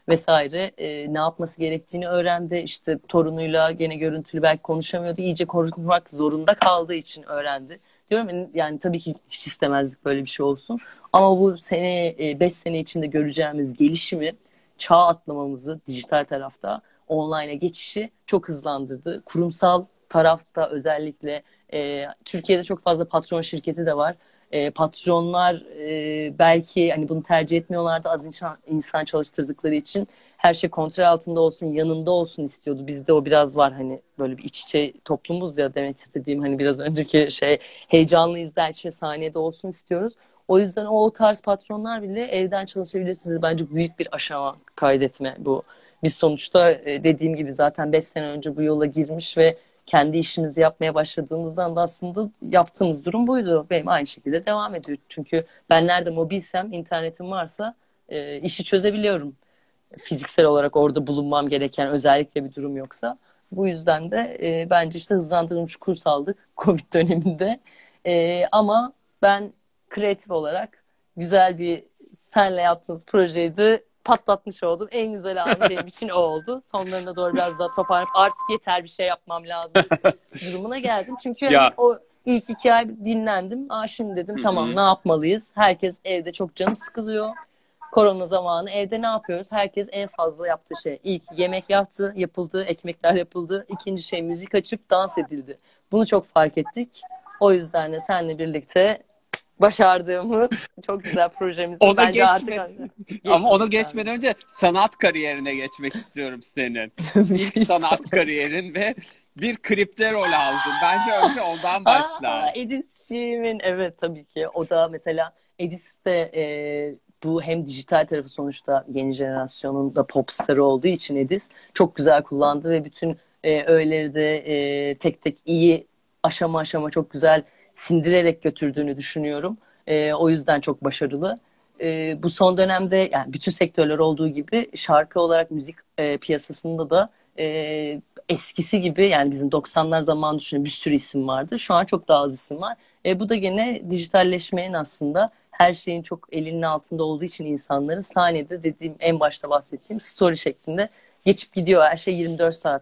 vesaire e, ne yapması gerektiğini öğrendi. İşte torunuyla gene görüntülü belki konuşamıyordu. İyice konuşmak zorunda kaldığı için öğrendi. Diyorum ya, yani tabii ki hiç istemezdik böyle bir şey olsun. Ama bu sene, beş sene içinde göreceğimiz gelişimi, çağ atlamamızı dijital tarafta online'a geçişi çok hızlandırdı. Kurumsal tarafta özellikle e, Türkiye'de çok fazla patron şirketi de var. E, patronlar e, belki hani bunu tercih etmiyorlardı, az insan, insan çalıştırdıkları için her şey kontrol altında olsun, yanında olsun istiyordu. Bizde o biraz var, hani böyle bir iç içe toplumuz ya, demek istediğim hani biraz önceki şey, heyecanlıyız da her şey saniyede olsun istiyoruz. O yüzden o, o tarz patronlar bile evden çalışabilirsiniz. Bence büyük bir aşama kaydetme bu. Biz sonuçta e, dediğim gibi zaten beş sene önce bu yola girmiş ve kendi işimizi yapmaya başladığımızdan da aslında yaptığımız durum buydu. Benim aynı şekilde devam ediyor. Çünkü ben nerede mobilsem, internetim varsa e, işi çözebiliyorum. Fiziksel olarak orada bulunmam gereken özellikle bir durum yoksa. Bu yüzden de e, bence işte hızlandırılmış kurs aldık Covid döneminde. E, ama ben kreatif olarak güzel bir, senle yaptığımız projeydi, patlatmış oldum. En güzel anı benim için o oldu. Sonlarına doğru biraz daha toparlanıp artık yeter, bir şey yapmam lazım durumuna geldim. Çünkü hani Ya. o ilk iki ay dinlendim. Aa, şimdi dedim Hı tamam, hı. ne yapmalıyız? Herkes evde çok canı sıkılıyor. Korona zamanı evde ne yapıyoruz? Herkes en fazla yaptığı şey: İlk yemek yaptı, yapıldı, ekmekler yapıldı. İkinci şey müzik açıp dans edildi. Bunu çok fark ettik. O yüzden de seninle birlikte başardığımız çok güzel projemizin Onu bence artık geçme ama onu geçmedik yani. geçmeden önce sanat kariyerine geçmek istiyorum senin. İlk Müthiş sanat sanat. kariyerin ve bir klipte rol aldın. Bence önce ondan Aa, başla. Edis Şirin, evet tabii ki. O da mesela Edis de e, bu hem dijital tarafı, sonuçta yeni jenerasyonun da popstarı olduğu için Edis çok güzel kullandı ve bütün e, öğeleri de e, tek tek iyi, aşama aşama çok güzel sindirerek götürdüğünü düşünüyorum. E, o yüzden çok başarılı. E, bu son dönemde yani bütün sektörler olduğu gibi şarkı olarak müzik e, piyasasında da e, eskisi gibi, yani bizim doksanlar zamanı düşünün, bir sürü isim vardı. Şu an çok daha az isim var. E, bu da gene dijitalleşmenin, aslında her şeyin çok elinin altında olduğu için insanların sahnede, dediğim en başta bahsettiğim story şeklinde geçip gidiyor. Her şey yirmi dört saat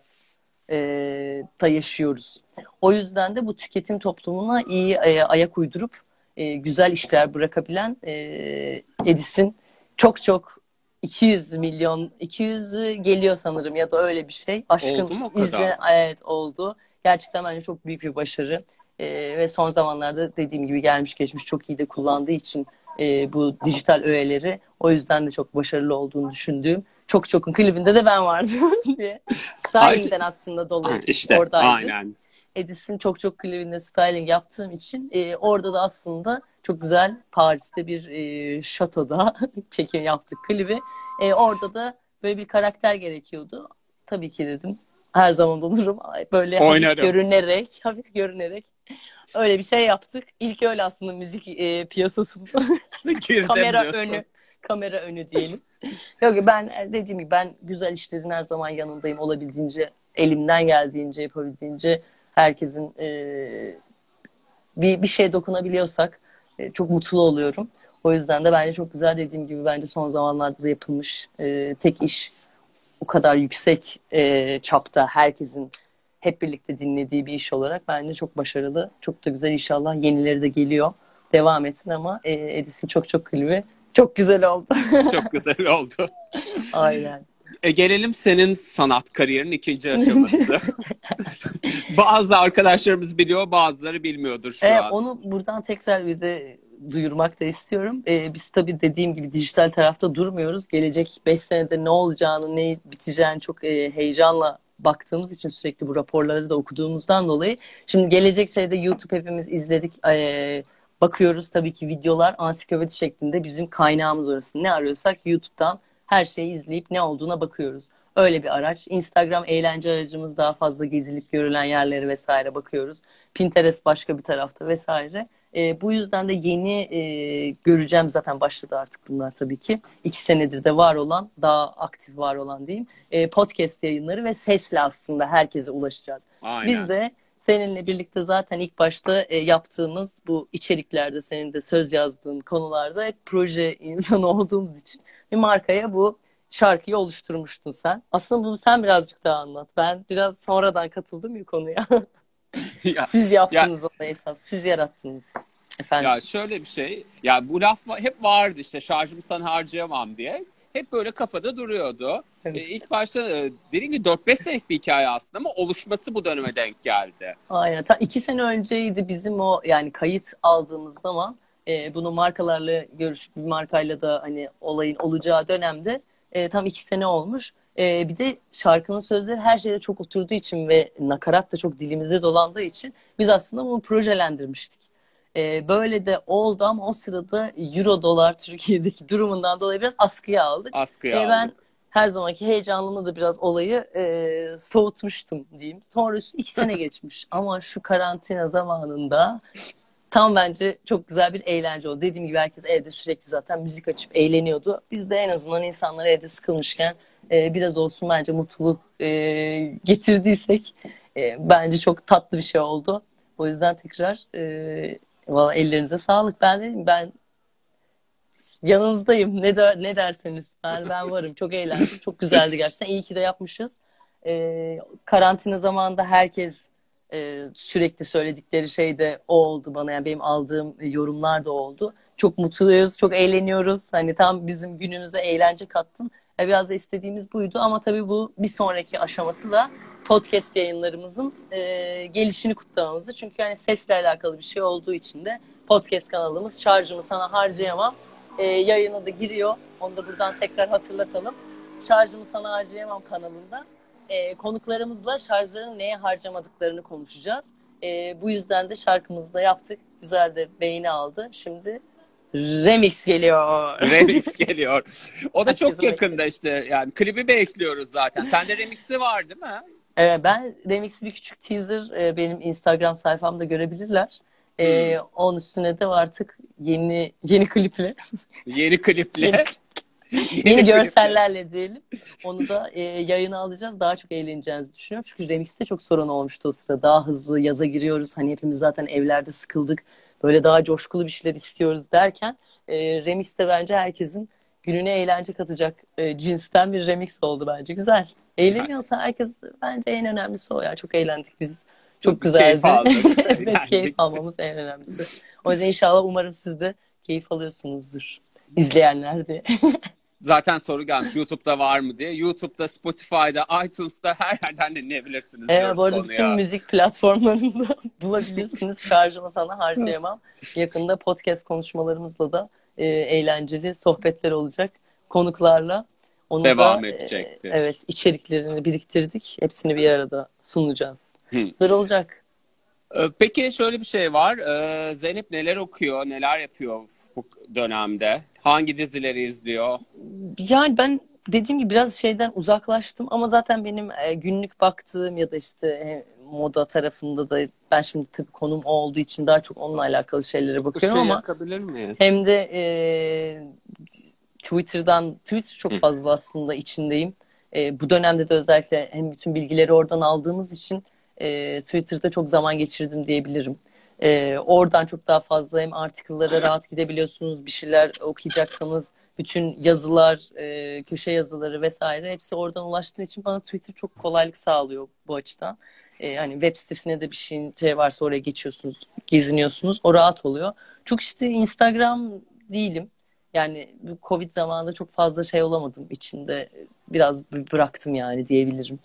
e, ta yaşıyoruz. O yüzden de bu tüketim toplumuna iyi e, ayak uydurup e, güzel işler bırakabilen e, Edis'in çok çok iki yüz milyon, iki yüz geliyor sanırım ya da öyle bir şey. Oldu Aşkın mu o kadar? izle, evet oldu. Gerçekten bence çok büyük bir başarı. E, ve son zamanlarda dediğim gibi gelmiş geçmiş çok iyi de kullandığı için e, bu dijital öğeleri, o yüzden de çok başarılı olduğunu düşündüğüm, çok çokun klibinde de ben vardım diye. Ayrıca Styling'den aslında dolayı işte oradaydı. aynen. Edis'in çok çok klibinde styling yaptığım için e, orada da aslında çok güzel Paris'te bir e, şatoda çekim yaptık klibi. E, orada da böyle bir karakter gerekiyordu. Tabii ki dedim, her zaman olurum. Böyle hafif Oynarım. görünerek, hafif görünerek öyle bir şey yaptık. İlk öyle aslında müzik e, piyasasında. Girdim Kamera önü, diyorsun. kamera önü diyelim. Yok, ben dediğim gibi ben güzel işlerin her zaman yanındayım. Olabildiğince, elimden geldiğince, yapabildiğince herkesin e, bir bir şeye dokunabiliyorsak e, çok mutlu oluyorum. O yüzden de bence çok güzel, dediğim gibi bence son zamanlarda da yapılmış e, tek iş, o kadar yüksek e, çapta herkesin hep birlikte dinlediği bir iş olarak bence çok başarılı. Çok da güzel, inşallah yenileri de geliyor. Devam etsin ama e, Edis'in çok çok klibi çok güzel oldu. Çok güzel oldu. Aynen. E, gelelim senin sanat kariyerinin ikinci aşaması. Bazı arkadaşlarımız biliyor, bazıları bilmiyordur şu E, an. onu buradan tekrar bir de duyurmak da istiyorum. E, biz tabii dediğim gibi dijital tarafta durmuyoruz. Gelecek beş senede ne olacağını, ne biteceğini çok e, heyecanla baktığımız için, sürekli bu raporları da okuduğumuzdan dolayı. Şimdi gelecek şeyde YouTube hepimiz izledik. E, bakıyoruz tabii ki, videolar ansiklopedi şeklinde bizim kaynağımız orası. Ne arıyorsak YouTube'dan her şeyi izleyip ne olduğuna bakıyoruz. Öyle bir araç. Instagram eğlence aracımız, daha fazla gezilip görülen yerleri vesaire bakıyoruz. Pinterest başka bir tarafta vesaire. E, bu yüzden de yeni e, göreceğim, zaten başladı artık bunlar tabii ki. İki senedir de var olan, daha aktif var olan diyeyim. E, podcast yayınları ve sesle aslında herkese ulaşacağız. Biz Aynen. de seninle birlikte zaten ilk başta e, yaptığımız bu içeriklerde, senin de söz yazdığın konularda hep proje insanı olduğumuz için bir markaya bu şarkıyı oluşturmuştun sen. Aslında bunu sen birazcık daha anlat. Ben biraz sonradan katıldım ya konuya. Ya, Siz ya yaptınız onu esas. Siz yarattınız. Efendim. Ya şöyle bir şey, ya bu laf va- hep vardı işte şarjımı sana harcayamam diye. Hep böyle kafada duruyordu. E, Evet. ilk başta e, dediğim gibi dört beş senelik bir hikaye aslında ama oluşması bu döneme denk geldi. Aynen. Ta iki sene önceydi bizim o yani kayıt aldığımız zaman e, bunu markalarla görüşüp bir markayla da hani olayın olacağı dönemde e, tam iki sene olmuş. E, bir de şarkının sözleri her şeyde çok oturduğu için ve nakarat da çok dilimizde dolandığı için biz aslında bunu projelendirmiştik. E, böyle de oldu ama o sırada Euro dolar Türkiye'deki durumundan dolayı biraz askıya aldık. Askıya E, ben aldık. her zamanki heyecanımla da biraz olayı e, soğutmuştum diyeyim. Sonra üstü iki sene geçmiş ama şu karantina zamanında tam bence çok güzel bir eğlence oldu. Dediğim gibi herkes evde sürekli zaten müzik açıp eğleniyordu. Biz de en azından insanlar evde sıkılmışken e, biraz olsun bence mutluluk e, getirdiysek e, bence çok tatlı bir şey oldu. O yüzden tekrar e, valla ellerinize sağlık. Ben dedim ben yanınızdayım. Ne der, ne derseniz. Ben ben varım. Çok eğlendim. Çok güzeldi gerçekten. İyi ki de yapmışız. Ee, karantina zamanında herkes e, sürekli söyledikleri şey de o oldu bana. Yani benim aldığım yorumlar da oldu. Çok mutluyuz, çok eğleniyoruz. Hani tam bizim günümüze eğlence kattın. Ya biraz da istediğimiz buydu ama tabii bu bir sonraki aşaması da podcast yayınlarımızın e, gelişini kutlamamızdı. Çünkü hani sesle alakalı bir şey olduğu için de podcast kanalımız şarjımı sana harcayamam e, yayına da giriyor. Onu da buradan tekrar hatırlatalım. Şarjımı sana harcayamam kanalında e, konuklarımızla şarjlarını neye harcamadıklarını konuşacağız. E, bu yüzden de şarkımızı da yaptık. Güzel de beğeni aldı. Şimdi remix geliyor. Remix geliyor. O da çok Herkesin yakında beklediği. işte yani klibi bekliyoruz zaten. Sende remix'i var değil mi? Evet, ben remix'i bir küçük teaser e, benim Instagram sayfamda görebilirler. Hmm. E, onun üstüne de artık yeni yeni kliple Yeni yeni kliple. Yeni Yeni kliple. görsellerle diyelim. Onu da e, yayına alacağız. Daha çok eğleneceğinizi düşünüyorum. Çünkü remix'te çok sorun olmuştu o sıra. Daha hızlı yaza giriyoruz. Hani hepimiz zaten evlerde sıkıldık. Böyle daha coşkulu bir şeyler istiyoruz derken e, remix'te bence herkesin gününe eğlence katacak e, cinsten bir remix oldu bence. Güzel. Eğleniyorsa herkes bence en önemlisi o ya. Çok eğlendik biz. Çok Keyif güzeldi. aldık. Evet, keyif Eğlendik. almamız en önemlisi. O yüzden inşallah umarım siz de keyif alıyorsunuzdur. İzleyenler de. Zaten soru gelmiş YouTube'da var mı diye. YouTube'da, Spotify'da, iTunes'ta her yerden dinleyebilirsiniz Evet, bu diyoruz arada bütün konuya. müzik platformlarında bulabilirsiniz. Şarjımı sana harcayamam. Yakında podcast konuşmalarımızla da e, eğlenceli sohbetler olacak konuklarla. Onu da Devam e, edecektir. evet içeriklerini biriktirdik. Hepsini bir arada sunacağız. Hı. Güzel olacak. Ee, Peki şöyle bir şey var. Ee, Zeynep neler okuyor, neler yapıyor bu dönemde? Hangi dizileri izliyor? Yani ben dediğim gibi biraz şeyden uzaklaştım ama zaten benim e, günlük baktığım ya da işte e, moda tarafında da ben şimdi tabii konum o olduğu için daha çok onunla alakalı şeylere bakıyorum Işığı ama yakabilir miyiz? hem de e, Twitter'dan Twitter çok Hı. fazla aslında içindeyim. E, bu dönemde de özellikle hem bütün bilgileri oradan aldığımız için e, Twitter'da çok zaman geçirdim diyebilirim. E, oradan çok daha fazla hem article'lara rahat gidebiliyorsunuz. Bir şeyler okuyacaksanız bütün yazılar, e, köşe yazıları vesaire hepsi oradan ulaştığı için bana Twitter çok kolaylık sağlıyor bu açıdan. E, hani web sitesine de bir şeyin şey varsa oraya geçiyorsunuz, geziniyorsunuz. O rahat oluyor. Çok işte Instagram değilim. Yani bu Covid zamanında çok fazla şey olamadım içinde. Biraz bıraktım yani diyebilirim.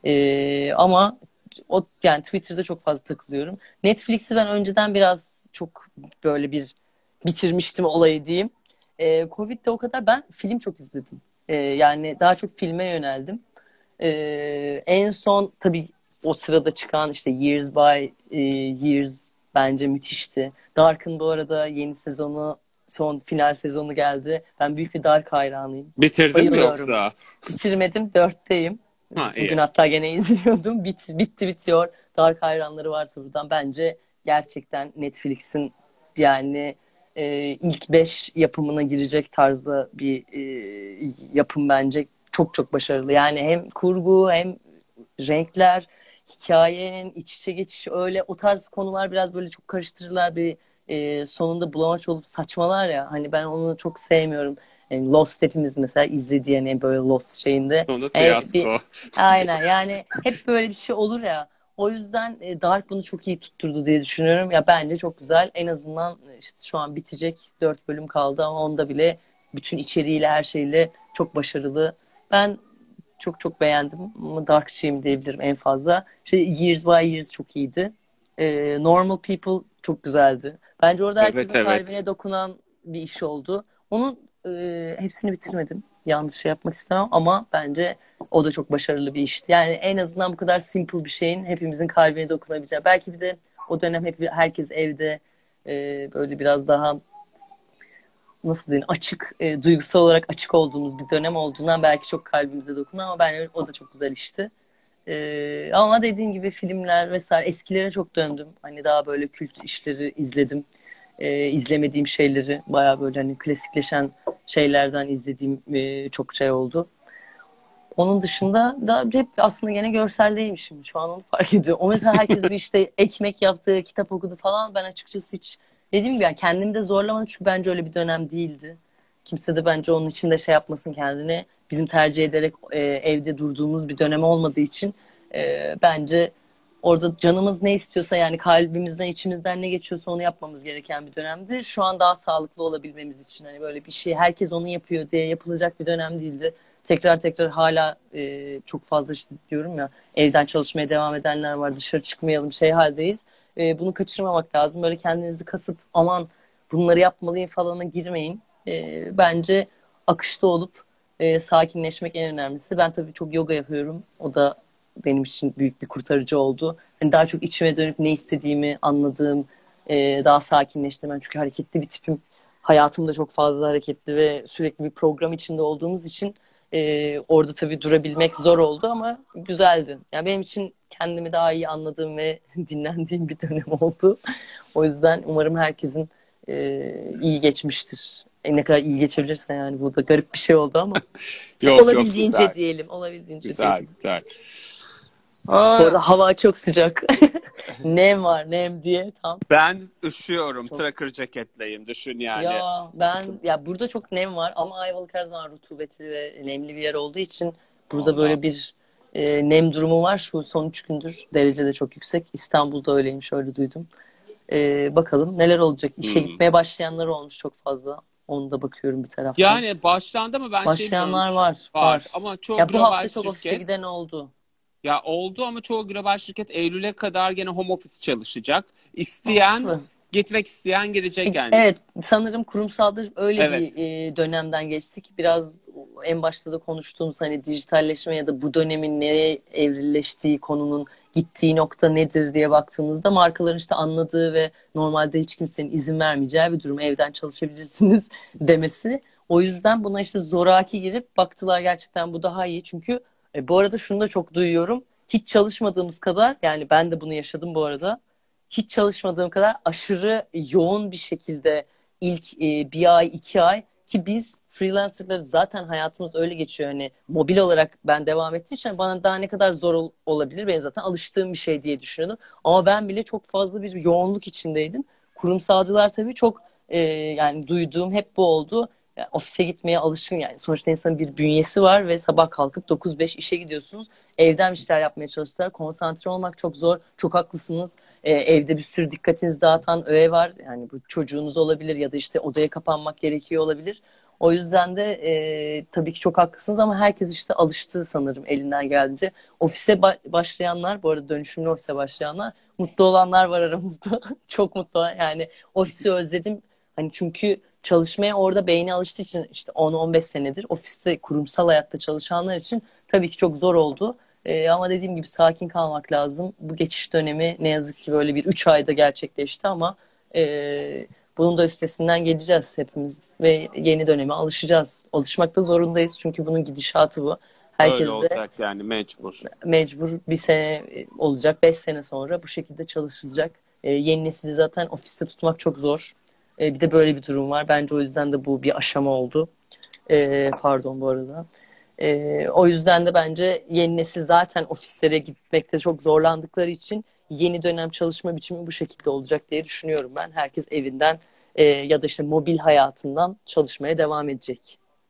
Ee, ama o yani Twitter'da çok fazla takılıyorum. Netflix'i ben önceden biraz çok böyle bir bitirmiştim olayı diyeyim. Ee, Covid'de o kadar ben film çok izledim. Ee, yani daha çok filme yöneldim. Ee, en son tabii o sırada çıkan işte Years by e, Years bence müthişti. Dark'ın bu arada yeni sezonu son final sezonu geldi. Ben büyük bir Dark hayranıyım. Bitirdin mi Bayılıyorum. yoksa? Bitirmedim, dörtteyim. Ha Bugün iyi. hatta gene izliyordum. Bit, bitti bitiyor. Dark hayranları varsa buradan bence gerçekten Netflix'in yani e, ilk beş yapımına girecek tarzda bir e, yapım bence. Çok çok başarılı. Yani hem kurgu hem renkler, hikayenin iç içe geçişi öyle o tarz konular biraz böyle çok karıştırırlar bir e, sonunda bulamaç olup saçmalar ya hani ben onu çok sevmiyorum. Yani Lost hepimiz mesela izlediği yani böyle Lost şeyinde. Sonu Evet, bir, fiyasko. aynen yani hep böyle bir şey olur ya. O yüzden e, Dark bunu çok iyi tutturdu diye düşünüyorum. Ya bence çok güzel. En azından işte şu an bitecek dört bölüm kaldı ama onda bile bütün içeriğiyle her şeyle çok başarılı. Ben çok çok beğendim. Ama Darkçıyım diyebilirim en fazla. İşte Years by Years çok iyiydi. Ee, Normal People çok güzeldi. Bence orada Evet, herkesin evet. kalbine dokunan bir iş oldu. Onun e, hepsini bitirmedim. Yanlış şey yapmak istemem ama bence o da çok başarılı bir işti. Yani en azından bu kadar simple bir şeyin hepimizin kalbine dokunabileceği. Belki bir de o dönem hep herkes evde e, böyle biraz daha nasıl diyeyim açık, e, duygusal olarak açık olduğumuz bir dönem olduğundan belki çok kalbimize dokunan ama bence o da çok güzel işti. E, ama dediğim gibi filmler vesaire eskilere çok döndüm. Hani daha böyle kült işleri izledim. E, izlemediğim şeyleri bayağı böyle hani klasikleşen şeylerden izlediğim e, çok şey oldu. Onun dışında da hep aslında gene görseldeymişim. Şu an onu fark ediyorum. O mesela herkes bir işte ekmek yaptı, kitap okudu falan. Ben açıkçası hiç dediğim gibi yani kendimi de zorlamadım çünkü bence öyle bir dönem değildi. Kimse de bence onun için de şey yapmasın kendine. Bizim tercih ederek e, evde durduğumuz bir dönem olmadığı için e, bence orada canımız ne istiyorsa yani kalbimizden, içimizden ne geçiyorsa onu yapmamız gereken bir dönemdi. Şu an daha sağlıklı olabilmemiz için hani böyle bir şey herkes onu yapıyor diye yapılacak bir dönem değildi. Tekrar tekrar hala e, çok fazla işte diyorum ya evden çalışmaya devam edenler var dışarı çıkmayalım şey haldeyiz. E, bunu kaçırmamak lazım. Böyle kendinizi kasıp aman bunları yapmalıyım falana girmeyin. E, bence akışta olup e, sakinleşmek en önemlisi. Ben tabii çok yoga yapıyorum. O da benim için büyük bir kurtarıcı oldu. Hani daha çok içime dönüp ne istediğimi anladığım, e, daha sakinleştim. Ben çünkü hareketli bir tipim. Hayatımda çok fazla hareketli ve sürekli bir program içinde olduğumuz için e, orada tabii durabilmek zor oldu ama güzeldi. Yani benim için kendimi daha iyi anladığım ve dinlendiğim bir dönem oldu. O yüzden umarım herkesin e, iyi geçmiştir. E, ne kadar iyi geçebilirse yani bu da garip bir şey oldu ama Yok yok, olabildiğince güzel. diyelim, olabildiğince Güzel, diyelim. güzel. Bu Aa, arada hava çok sıcak. Nem var, nem diye tam. ben üşüyorum. Çok. Tracker ceketleyim. Düşün yani. Ya ben ya burada çok nem var ama Ayvalık her zaman rutubetli ve nemli bir yer olduğu için burada Allah. böyle bir e, nem durumu var. Şu son üç gündür derece de çok yüksek. İstanbul'da öyleymiş öyle duydum. E, bakalım neler olacak. İşe Hmm. gitmeye başlayanlar olmuş çok fazla. Onu da bakıyorum bir taraftan. Yani başlandı mı, ben şey Başlayanlar görmüşüm. var, Var var. ama çoğu Ya bu global hafta çok ofise şirket, giden oldu. ya oldu ama çoğu global şirket Eylül'e kadar gene home office çalışacak. İsteyen, Mantıklı. gitmek isteyen E, girecek yani. Evet, sanırım kurumsalda öyle bir Evet. e, dönemden geçtik. Biraz en başta da konuştuğumuz hani dijitalleşme ya da bu dönemin nereye evrilleştiği konunun gittiği nokta nedir diye baktığımızda markaların işte anladığı ve normalde hiç kimsenin izin vermeyeceği bir durum evden çalışabilirsiniz demesi. O yüzden buna işte zoraki girip baktılar gerçekten bu daha iyi. Çünkü e, bu arada şunu da çok duyuyorum. Hiç çalışmadığımız kadar yani ben de bunu yaşadım bu arada hiç çalışmadığım kadar aşırı yoğun bir şekilde ilk e, bir ay iki ay ki biz freelancerları zaten hayatımız öyle geçiyor. Hani mobil olarak ben devam ettiğim için bana daha ne kadar zor ol- olabilir benim zaten alıştığım bir şey diye düşünüyordum. Ama ben bile çok fazla bir yoğunluk içindeydim. Kurumsalcılar tabii çok e, yani duyduğum hep bu oldu. Yani ofise gitmeye alışın yani. Sonuçta insanın bir bünyesi var ve sabah kalkıp dokuz beş işe gidiyorsunuz. Evden bir şeyler yapmaya çalıştılar. Konsantre olmak çok zor. Çok haklısınız. Ee, evde bir sürü dikkatinizi dağıtan öğe var. Yani bu çocuğunuz olabilir ya da işte odaya kapanmak gerekiyor olabilir. O yüzden de e, tabii ki çok haklısınız ama herkes işte alıştı sanırım elinden geldiğince. Ofise ba- başlayanlar, bu arada dönüşümlü ofise başlayanlar, mutlu olanlar var aramızda. Çok mutlu olan yani ofisi özledim. Hani çünkü çalışmaya orada beyni alıştığı için işte on on beş senedir ofiste kurumsal hayatta çalışanlar için tabii ki çok zor oldu. Ee, ama dediğim gibi sakin kalmak lazım. Bu geçiş dönemi ne yazık ki böyle bir üç ayda gerçekleşti ama e, bunun da üstesinden geleceğiz hepimiz ve yeni döneme alışacağız. Alışmakta zorundayız çünkü bunun gidişatı bu. Öyle Herkes de olacak yani, mecbur. mecbur bir sene olacak, beş sene sonra bu şekilde çalışılacak. Ee, yeni nesili zaten ofiste tutmak çok zor. Ee, bir de böyle bir durum var. Bence o yüzden de bu bir aşama oldu. Ee, pardon bu arada. Ee, o yüzden de bence yeni nesil zaten ofislere gitmekte çok zorlandıkları için yeni dönem çalışma biçimi bu şekilde olacak diye düşünüyorum ben. Herkes evinden e, ya da işte mobil hayatından çalışmaya devam edecek.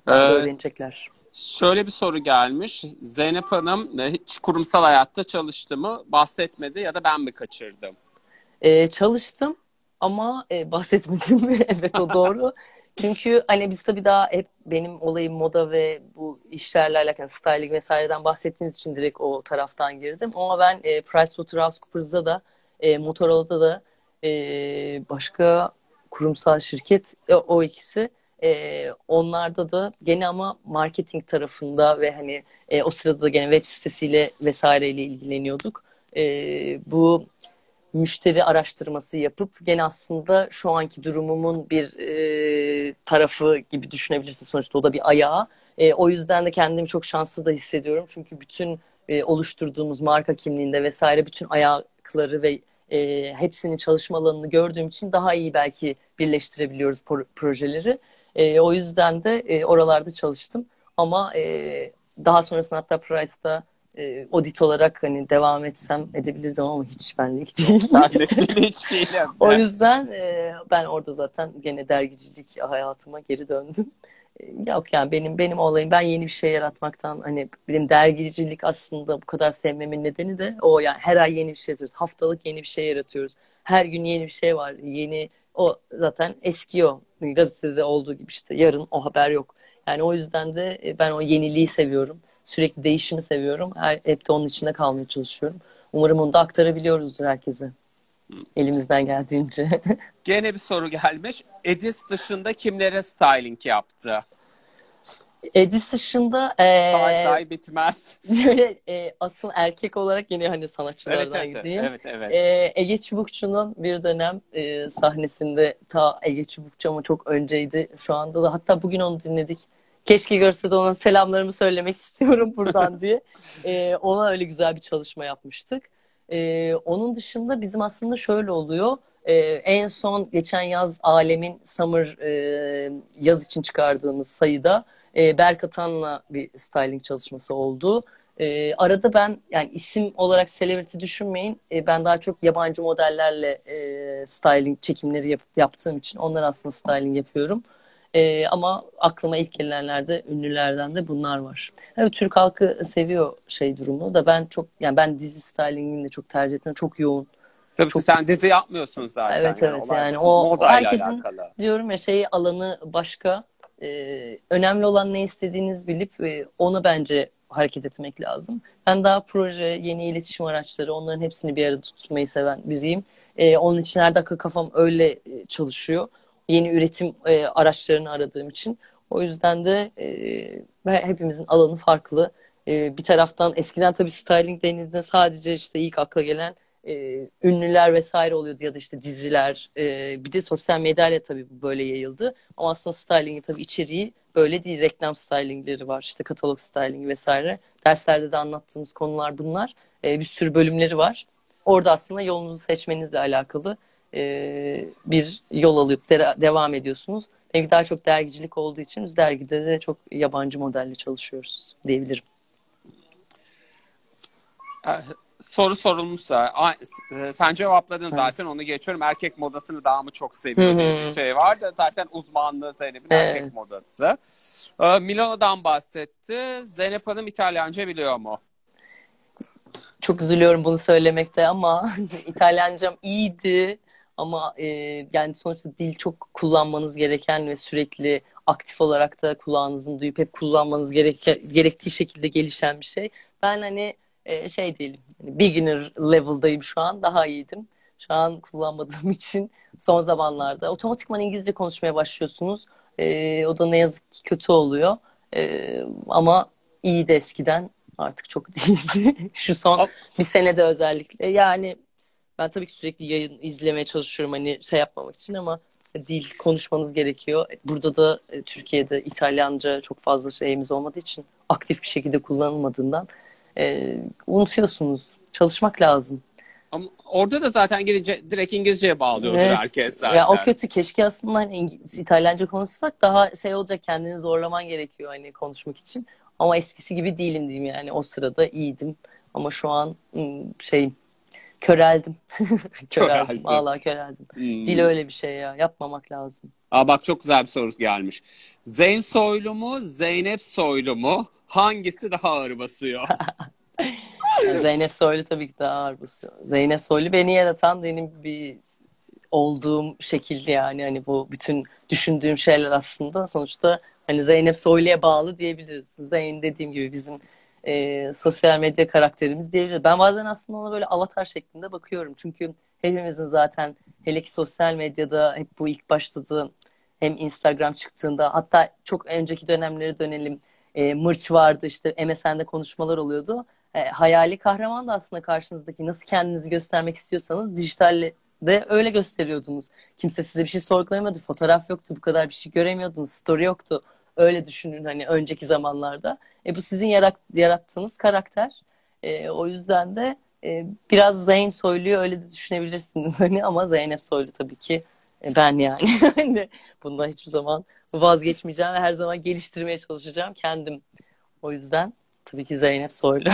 Daha da Ee, öğrenecekler. Şöyle bir soru gelmiş. Zeynep Hanım e, hiç kurumsal hayatta çalıştı mı? Bahsetmedi ya da ben mi kaçırdım? Ee, çalıştım ama e, bahsetmedim. Evet, o doğru. Çünkü hani biz tabii daha hep benim olayım moda ve bu işlerle alakalı styling vesaireden bahsettiğimiz için direkt o taraftan girdim. Ama ben e, PricewaterhouseCoopers'da da e, Motorola'da da e, başka kurumsal şirket e, o ikisi. E, onlarda da gene ama marketing tarafında ve hani e, o sırada da gene web sitesiyle vesaireyle ilgileniyorduk. E, bu müşteri araştırması yapıp gene aslında şu anki durumumun bir e, tarafı gibi düşünebilirsin. Sonuçta o da bir ayağı. E, o yüzden de kendimi çok şanslı da hissediyorum. Çünkü bütün e, oluşturduğumuz marka kimliğinde vesaire bütün ayakları ve e, hepsinin çalışma alanını gördüğüm için daha iyi belki birleştirebiliyoruz pro- projeleri. E, o yüzden de e, oralarda çalıştım. Ama e, daha sonrasında hatta Price'da e, audit olarak hani devam etsem edebilirdim ama hiç benlik Yok, değil. ben de hiç değilim O de. yüzden e, ben orada zaten gene dergicilik hayatıma geri döndüm. E, Yok yani benim benim olayım ben yeni bir şey yaratmaktan hani benim dergicilik aslında bu kadar sevmemin nedeni de o yani her ay yeni bir şey yaratıyoruz. Haftalık yeni bir şey yaratıyoruz. Her gün yeni bir şey var. Yeni o zaten eskiyor. Gazetede olduğu gibi işte yarın o haber yok. Yani o yüzden de e, ben o yeniliği seviyorum. Sürekli değişimi seviyorum. Her, hep de onun içinde kalmaya çalışıyorum. Umarım onu da aktarabiliyoruzdur herkese. Elimizden geldiğince. Gene bir soru gelmiş. Edis dışında kimlere styling yaptı? Edis dışında Say eee, say bitmez. böyle eee, asıl erkek olarak yine hani Evet sanatçılardan evet gideyim. evet evet. Eee, Ege Çubukçu'nun bir dönem eee, sahnesinde ta Ege Çubukçu ama çok önceydi. Şu anda da hatta bugün onu dinledik. Keşke görse de ona selamlarımı söylemek istiyorum buradan diye. Eee, ona öyle güzel bir çalışma yapmıştık. Eee, onun dışında bizim aslında şöyle oluyor. Eee, en son geçen yaz Alem'in Summer eee, yaz için çıkardığımız sayıda e, Berk Atan'la bir styling çalışması oldu. E, arada ben yani isim olarak celebrity düşünmeyin. E, ben daha çok yabancı modellerle e, styling çekimleri yap, yaptığım için onlar aslında styling yapıyorum. E, ama aklıma ilk gelenlerde ünlülerden de bunlar var. Evet, Türk halkı seviyor şey durumu da ben çok yani ben dizi stylingini de çok tercih etmiyorum. Çok yoğun. Tabii ki Çok sen dizi yapmıyorsun zaten. Evet, Yani evet, olay yani o o modayla herkesin alakalı. diyorum ya şey alanı başka. Ee, önemli olan ne istediğiniz bilip e, onu bence hareket etmek lazım. Ben daha proje, yeni iletişim araçları onların hepsini bir arada tutmayı seven biriyim. Ee, onun için her dakika kafam öyle e, çalışıyor. Yeni üretim e, araçlarını aradığım için. O yüzden de e, ve hepimizin alanı farklı. E, bir taraftan eskiden tabii styling denildiğinde sadece işte ilk akla gelen e, ünlüler vesaire oluyordu ya da işte diziler. E, bir de sosyal medyayla tabii bu böyle yayıldı. Ama aslında stylingin tabii içeriği böyle değil. Reklam stylingleri var, işte katalog stylingi vesaire. Derslerde de anlattığımız konular bunlar. E, bir sürü bölümleri var. Orada aslında yolunuzu seçmenizle alakalı e, bir yol alıp de- devam ediyorsunuz. Benimki daha çok dergicilik olduğu için biz dergide de çok yabancı modelle çalışıyoruz diyebilirim. Ee, Soru sorulmuşsa a- e, sen cevapladın zaten Evet. onu geçiyorum. Erkek modasını daha mı çok Hı seviyor diye bir hı. şey var da zaten uzmanlığı Zeynep'in erkek Evet. modası. Ee, Milano'dan bahsetti. Zeynep Hanım İtalyanca biliyor mu? Çok üzülüyorum bunu söylemekte ama İtalyancam iyiydi ama e, yani sonuçta dil çok kullanmanız gereken ve sürekli aktif olarak da kulağınızın duyup hep kullanmanız gereke, gerektiği şekilde gelişen bir şey. Ben hani e, şey değilim, hani beginner level'dayım şu an, daha iyiydim. Şu an kullanmadığım için son zamanlarda otomatikman İngilizce konuşmaya başlıyorsunuz. E, o da ne yazık ki kötü oluyor. E, ama iyiydi eskiden, artık çok değil. Şu son Al- bir senede özellikle. Yani ben tabii ki sürekli yayın izlemeye çalışıyorum hani şey yapmamak için ama dil konuşmanız gerekiyor. Burada da e, Türkiye'de İtalyanca çok fazla şeyimiz olmadığı için aktif bir şekilde kullanılmadığından e, unutuyorsunuz. Çalışmak lazım. Ama orada da zaten gidince direkt İngilizceye bağlıyordur Evet. herkes Ya o zaten. kötü. Keşke aslında hani İng- İtalyanca konuşsak daha şey olacak, kendini zorlaman gerekiyor hani konuşmak için. Ama eskisi gibi değilim diyeyim yani. O sırada iyiydim. Ama şu an ım, şey Köreldim. Köreldim. Köreldi. Vallahi köreldim. Dil Hmm. öyle bir şey ya. Yapmamak lazım. Aa, bak çok güzel bir soru gelmiş. Zeyn Soylu mu, Zeynep Soylu mu? Hangisi daha ağır basıyor? Ya Zeynep Soylu tabii ki daha ağır basıyor. Zeynep Soylu beni yaratan benim bir olduğum şekilde, yani hani bu bütün düşündüğüm şeyler aslında sonuçta hani Zeynep Soylu'ya bağlı diyebiliriz. Zeyn dediğim gibi bizim e, sosyal medya karakterimiz diyebiliriz. Ben bazen aslında ona böyle avatar şeklinde bakıyorum. Çünkü hepimizin zaten, hele ki sosyal medyada hep bu ilk başladığı, hem Instagram çıktığında, hatta çok önceki dönemlere dönelim, e, Mırç vardı, işte M S N'de konuşmalar oluyordu. E, hayali kahraman da aslında karşınızdaki, nasıl kendinizi göstermek istiyorsanız dijitalde öyle gösteriyordunuz. Kimse size bir şey sorgulamıyordu. Fotoğraf yoktu. Bu kadar bir şey göremiyordunuz. Story yoktu. Öyle düşünün hani önceki zamanlarda. E, bu sizin yarat yarattığınız karakter. E, o yüzden de e, biraz Zeyn Soylu'yu öyle de düşünebilirsiniz. Hani, ama Zeynep Soylu tabii ki e, ben yani. Hani bundan hiçbir zaman vazgeçmeyeceğim ve her zaman geliştirmeye çalışacağım kendim. O yüzden tabii ki Zeynep Soylu.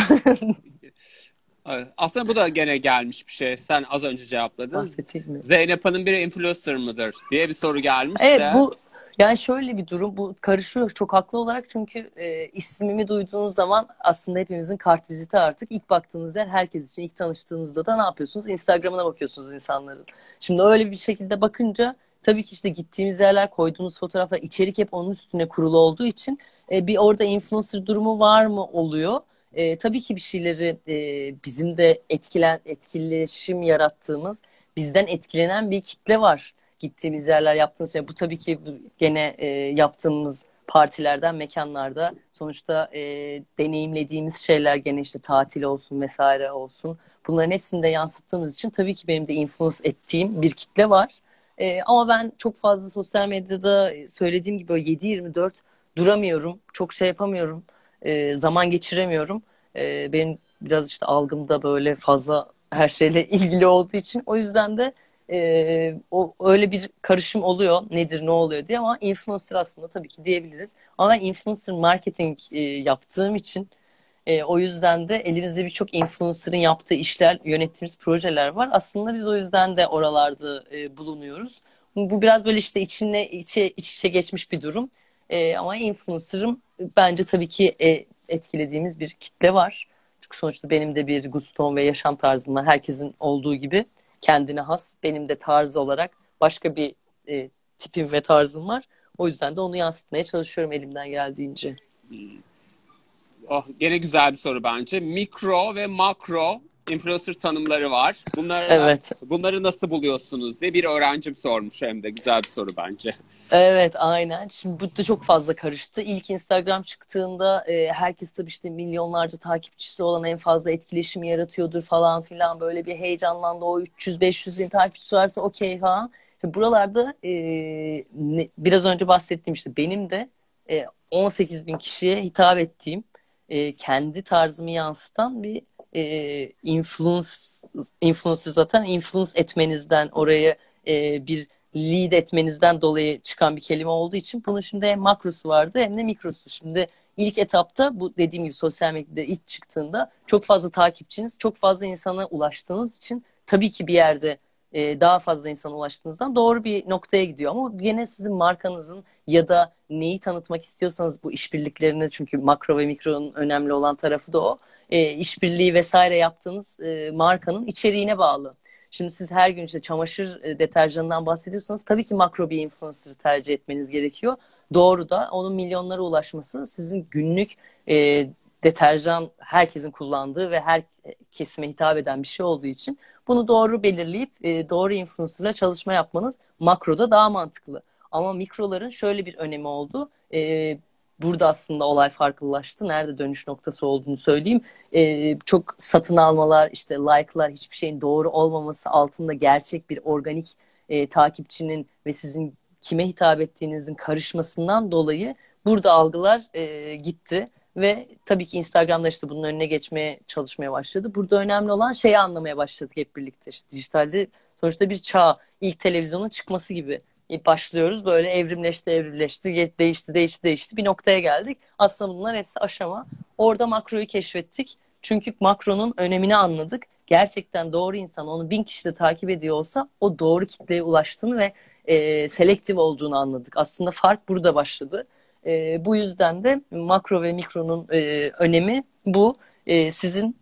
Evet, aslında bu da gene gelmiş bir şey. Sen az önce cevapladın. Bahsedeyim mi? Zeynep Hanım bir influencer mıdır diye bir soru gelmiş Evet, de. bu yani şöyle bir durum, bu karışıyor çok haklı olarak, çünkü e, ismimi duyduğunuz zaman aslında hepimizin kartviziti artık ilk baktığınız yer, herkes için ilk tanıştığınızda da ne yapıyorsunuz? Instagram'ına bakıyorsunuz insanların. Şimdi öyle bir şekilde bakınca tabii ki işte gittiğimiz yerler, koyduğumuz fotoğraflar, içerik hep onun üstüne kurulu olduğu için e, bir orada influencer durumu var mı oluyor. E, tabii ki bir şeyleri e, bizim de etkilen etkileşim yarattığımız, bizden etkilenen bir kitle var gittiğimiz yerler, yaptığımız şey. Bu tabii ki gene e, yaptığımız partilerden, mekanlarda sonuçta e, deneyimlediğimiz şeyler, gene işte tatil olsun vesaire olsun. Bunların hepsini de yansıttığımız için tabii ki benim de influence ettiğim bir kitle var. E, ama ben çok fazla sosyal medyada söylediğim gibi böyle yedi yirmi dört duramıyorum. Çok şey yapamıyorum. E, zaman geçiremiyorum. E, benim biraz işte algım da böyle fazla her şeyle ilgili olduğu için, o yüzden de ee, o öyle bir karışım oluyor. Nedir, ne oluyor diye, ama influencer aslında tabii ki diyebiliriz. Ama ben influencer marketing e, yaptığım için e, o yüzden de elimizde birçok influencer'ın yaptığı işler, yönettiğimiz projeler var. Aslında biz o yüzden de oralarda e, bulunuyoruz. Bu, bu biraz böyle işte içine içe, iç içe geçmiş bir durum. E, ama influencer'ım bence tabii ki e, etkilediğimiz bir kitle var. Çünkü sonuçta benim de bir gustom ve yaşam tarzım var. Herkesin olduğu gibi kendine has, benim de tarz olarak başka bir e, tipim ve tarzım var. O yüzden de onu yansıtmaya çalışıyorum elimden geldiğince. Oh, gene güzel bir soru bence. Mikro ve makro influencer tanımları var. Bunlara, Evet. bunları nasıl buluyorsunuz diye bir öğrencim sormuş, hem de güzel bir soru bence. Evet, aynen. Şimdi bu da çok fazla karıştı. İlk Instagram çıktığında e, herkes tabii işte milyonlarca takipçisi olan en fazla etkileşimi yaratıyordur falan filan. Böyle bir heyecanlandı. O üç yüz beş yüz bin takipçisi varsa okey falan. İşte buralarda e, ne- biraz önce bahsettiğim, işte benim de e, on sekiz bin kişiye hitap ettiğim, e, kendi tarzımı yansıtan bir e, influence influencer, zaten influence etmenizden, oraya e, bir lead etmenizden dolayı çıkan bir kelime olduğu için bunun şimdi hem makrosu vardı hem de mikrosu. Şimdi ilk etapta, bu dediğim gibi sosyal medyada ilk çıktığında çok fazla takipçiniz, çok fazla insana ulaştığınız için tabii ki bir yerde e, daha fazla insana ulaştığınızdan doğru bir noktaya gidiyor. Ama yine sizin markanızın ya da neyi tanıtmak istiyorsanız bu işbirliklerine, çünkü makro ve mikronun önemli olan tarafı da o. E, işbirliği vesaire yaptığınız e, markanın içeriğine bağlı. Şimdi siz her gün işte çamaşır e, deterjanından bahsediyorsanız tabii ki makro bir influencer tercih etmeniz gerekiyor. Doğru da onun milyonlara ulaşması sizin günlük e, deterjan, herkesin kullandığı ve her kesime hitap eden bir şey olduğu için bunu doğru belirleyip e, doğru influencerla çalışma yapmanız makroda daha mantıklı. Ama mikroların şöyle bir önemi oldu. E, burada aslında olay farklılaştı. Nerede dönüş noktası olduğunu söyleyeyim. E, çok satın almalar, işte like'lar, hiçbir şeyin doğru olmaması altında gerçek bir organik e, takipçinin ve sizin kime hitap ettiğinizin karışmasından dolayı burada algılar e, gitti. Ve tabii ki Instagram'da işte bunun önüne geçmeye çalışmaya başladı. Burada önemli olan şeyi anlamaya başladık hep birlikte. İşte dijitalde sonuçta bir çağ, ilk televizyonun çıkması gibi başlıyoruz. Böyle evrimleşti, evrimleşti, değişti, değişti, değişti. Bir noktaya geldik. Aslında bunlar hepsi aşama. Orada makroyu keşfettik. Çünkü makronun önemini anladık. Gerçekten doğru insan onu bin kişi de takip ediyor olsa o doğru kitleye ulaştığını ve e, selektif olduğunu anladık. Aslında fark burada başladı. E, bu yüzden de makro ve mikronun e, önemi bu. E, sizin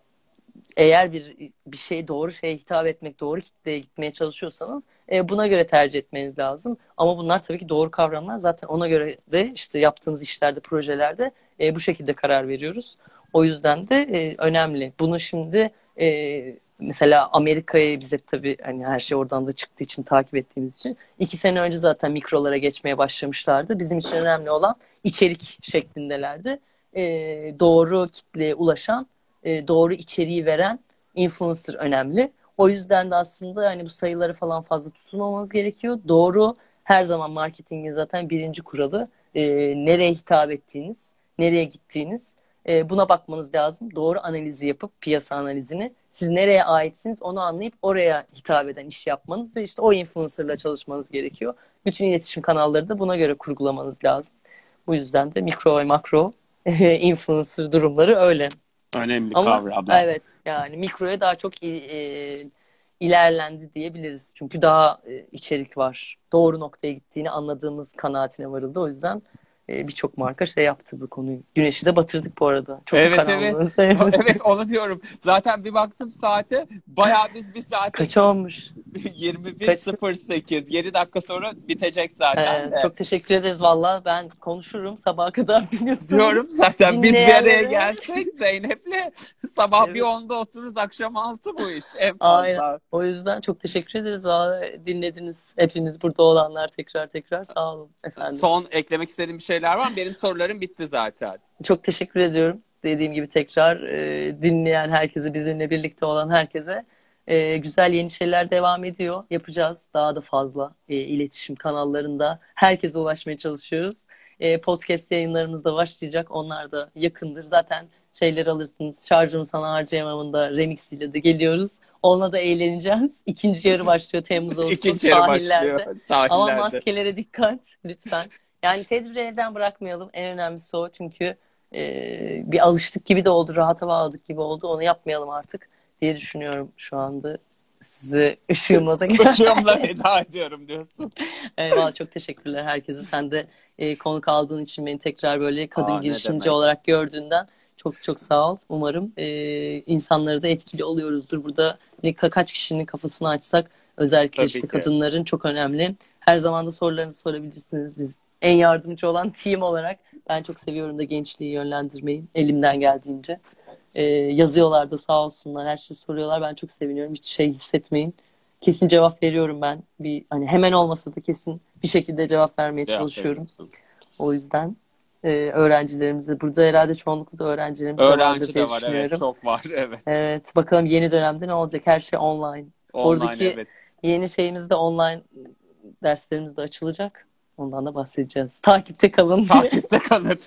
eğer bir bir şey doğru şeye hitap etmek, doğru kitleye gitmeye çalışıyorsanız e, buna göre tercih etmeniz lazım. Ama bunlar tabii ki doğru kavramlar. Zaten ona göre de işte yaptığımız işlerde, projelerde e, bu şekilde karar veriyoruz. O yüzden de e, önemli. Bunu şimdi e, mesela Amerika'ya biz hep tabii hani her şey oradan da çıktığı için takip ettiğimiz için iki sene önce zaten mikrolara geçmeye başlamışlardı. Bizim için önemli olan içerik şeklindelerdi. E, doğru kitleye ulaşan, e, doğru içeriği veren influencer önemli. O yüzden de aslında hani bu sayıları falan fazla tutulmamanız gerekiyor. Doğru, her zaman marketingin zaten birinci kuralı e, nereye hitap ettiğiniz, nereye gittiğiniz, e, buna bakmanız lazım. Doğru analizi yapıp piyasa analizini, siz nereye aitsiniz onu anlayıp oraya hitap eden iş yapmanız ve işte o influencerla çalışmanız gerekiyor. Bütün iletişim kanalları da buna göre kurgulamanız lazım. Bu yüzden de mikro ve makro influencer durumları öyle. Önemli Ama kavramlar. evet, yani mikroya daha çok i- e, ilerlendi diyebiliriz. Çünkü daha e, içerik var. Doğru noktaya gittiğini anladığımız kanaatine varıldı. O yüzden e, birçok marka şey yaptı bu konuyu. Güneşi de batırdık bu arada. Çok mu Evet evet. karanlığı? Evet onu diyorum. Zaten bir baktım saate. Bayağı biz bir saate Kaç olmuş? yirmi bir Kaç? sıfır sekiz. yedi dakika sonra bitecek zaten Ee, de. çok teşekkür ederiz valla. Ben konuşurum sabaha kadar biliyorsunuz. Diyorum zaten biz bir araya Dinleyenlere. gelsek Zeynep'le sabah bir Evet. onda otururuz akşam altı bu iş en Aynen. fazla. O yüzden çok teşekkür ederiz. Valla dinlediniz. Hepiniz burada olanlar tekrar tekrar sağ olun efendim. Son eklemek istediğim bir şeyler var mı? Benim sorularım bitti zaten. Çok teşekkür ediyorum. Dediğim gibi tekrar e, dinleyen herkese, bizimle birlikte olan herkese e, güzel yeni şeyler devam ediyor. Yapacağız daha da fazla e, iletişim kanallarında. Herkese ulaşmaya çalışıyoruz. E, podcast yayınlarımız da başlayacak. Onlar da yakındır. Zaten şeyleri alırsınız. Şarjımı sana harcayamamında remix ile de geliyoruz. Onunla da eğleneceğiz. İkinci yarı başlıyor Temmuz Ağustos İkinci yarı sahillerde. başlıyor Ama sahillerde. maskelere dikkat lütfen. Yani tedbiri elden bırakmayalım. En önemlisi o. Çünkü ee, bir alıştık gibi de oldu, rahata bağladık gibi oldu. Onu yapmayalım artık diye düşünüyorum şu anda. Size ışığımla da Işığımla veda ediyorum diyorsun. Eyvallah, çok teşekkürler herkese. Sen de e, konuk aldığın için beni tekrar böyle kadın Aa, ne girişimci demek. olarak gördüğünden çok çok sağ ol. Umarım e, insanları da etkili oluyoruzdur. Burada ne ka- kaç kişinin kafasını açsak, özellikle Tabii işte ki. kadınların çok önemli. Her zaman da sorularınızı sorabilirsiniz. Biz en yardımcı olan team olarak ben çok seviyorum da gençliği yönlendirmeyi elimden geldiğince. Ee, yazıyorlar da sağ olsunlar, her şeyi soruyorlar. Ben çok seviniyorum. Hiç şey hissetmeyin. Kesin cevap veriyorum ben. Bir hani hemen olmasa da kesin bir şekilde cevap vermeye Cevap çalışıyorum. veriyorsun. O yüzden e, öğrencilerimize, burada herhalde çoğunlukla da öğrencilerimiz de vardır Öğrenci diye de var evet düşünüyorum. çok var evet. Evet, bakalım yeni dönemde ne olacak? Her şey online. Online Oradaki evet. yeni şeyimiz de online, derslerimiz de açılacak. Ondan da bahsedeceğiz. Takipte kalın diye. Takipte kalın.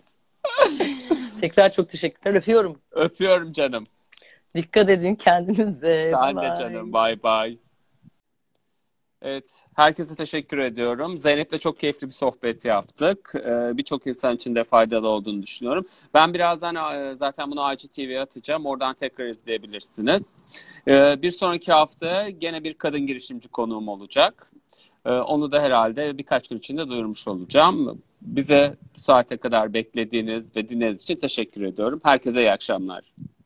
Tekrar çok teşekkürler. Öpüyorum. Öpüyorum canım. Dikkat edin kendinize. Sen Bye de bye. canım. Bay bay. Evet, herkese teşekkür ediyorum. Zeynep'le çok keyifli bir sohbet yaptık. Ee, birçok insan için de faydalı olduğunu düşünüyorum. Ben birazdan e, zaten bunu I G T V'ye atacağım. Oradan tekrar izleyebilirsiniz. Ee, bir sonraki hafta gene bir kadın girişimci konuğum olacak. Ee, onu da herhalde birkaç gün içinde duyurmuş olacağım. Bize bu saate kadar beklediğiniz ve dinlediğiniz için teşekkür ediyorum. Herkese iyi akşamlar.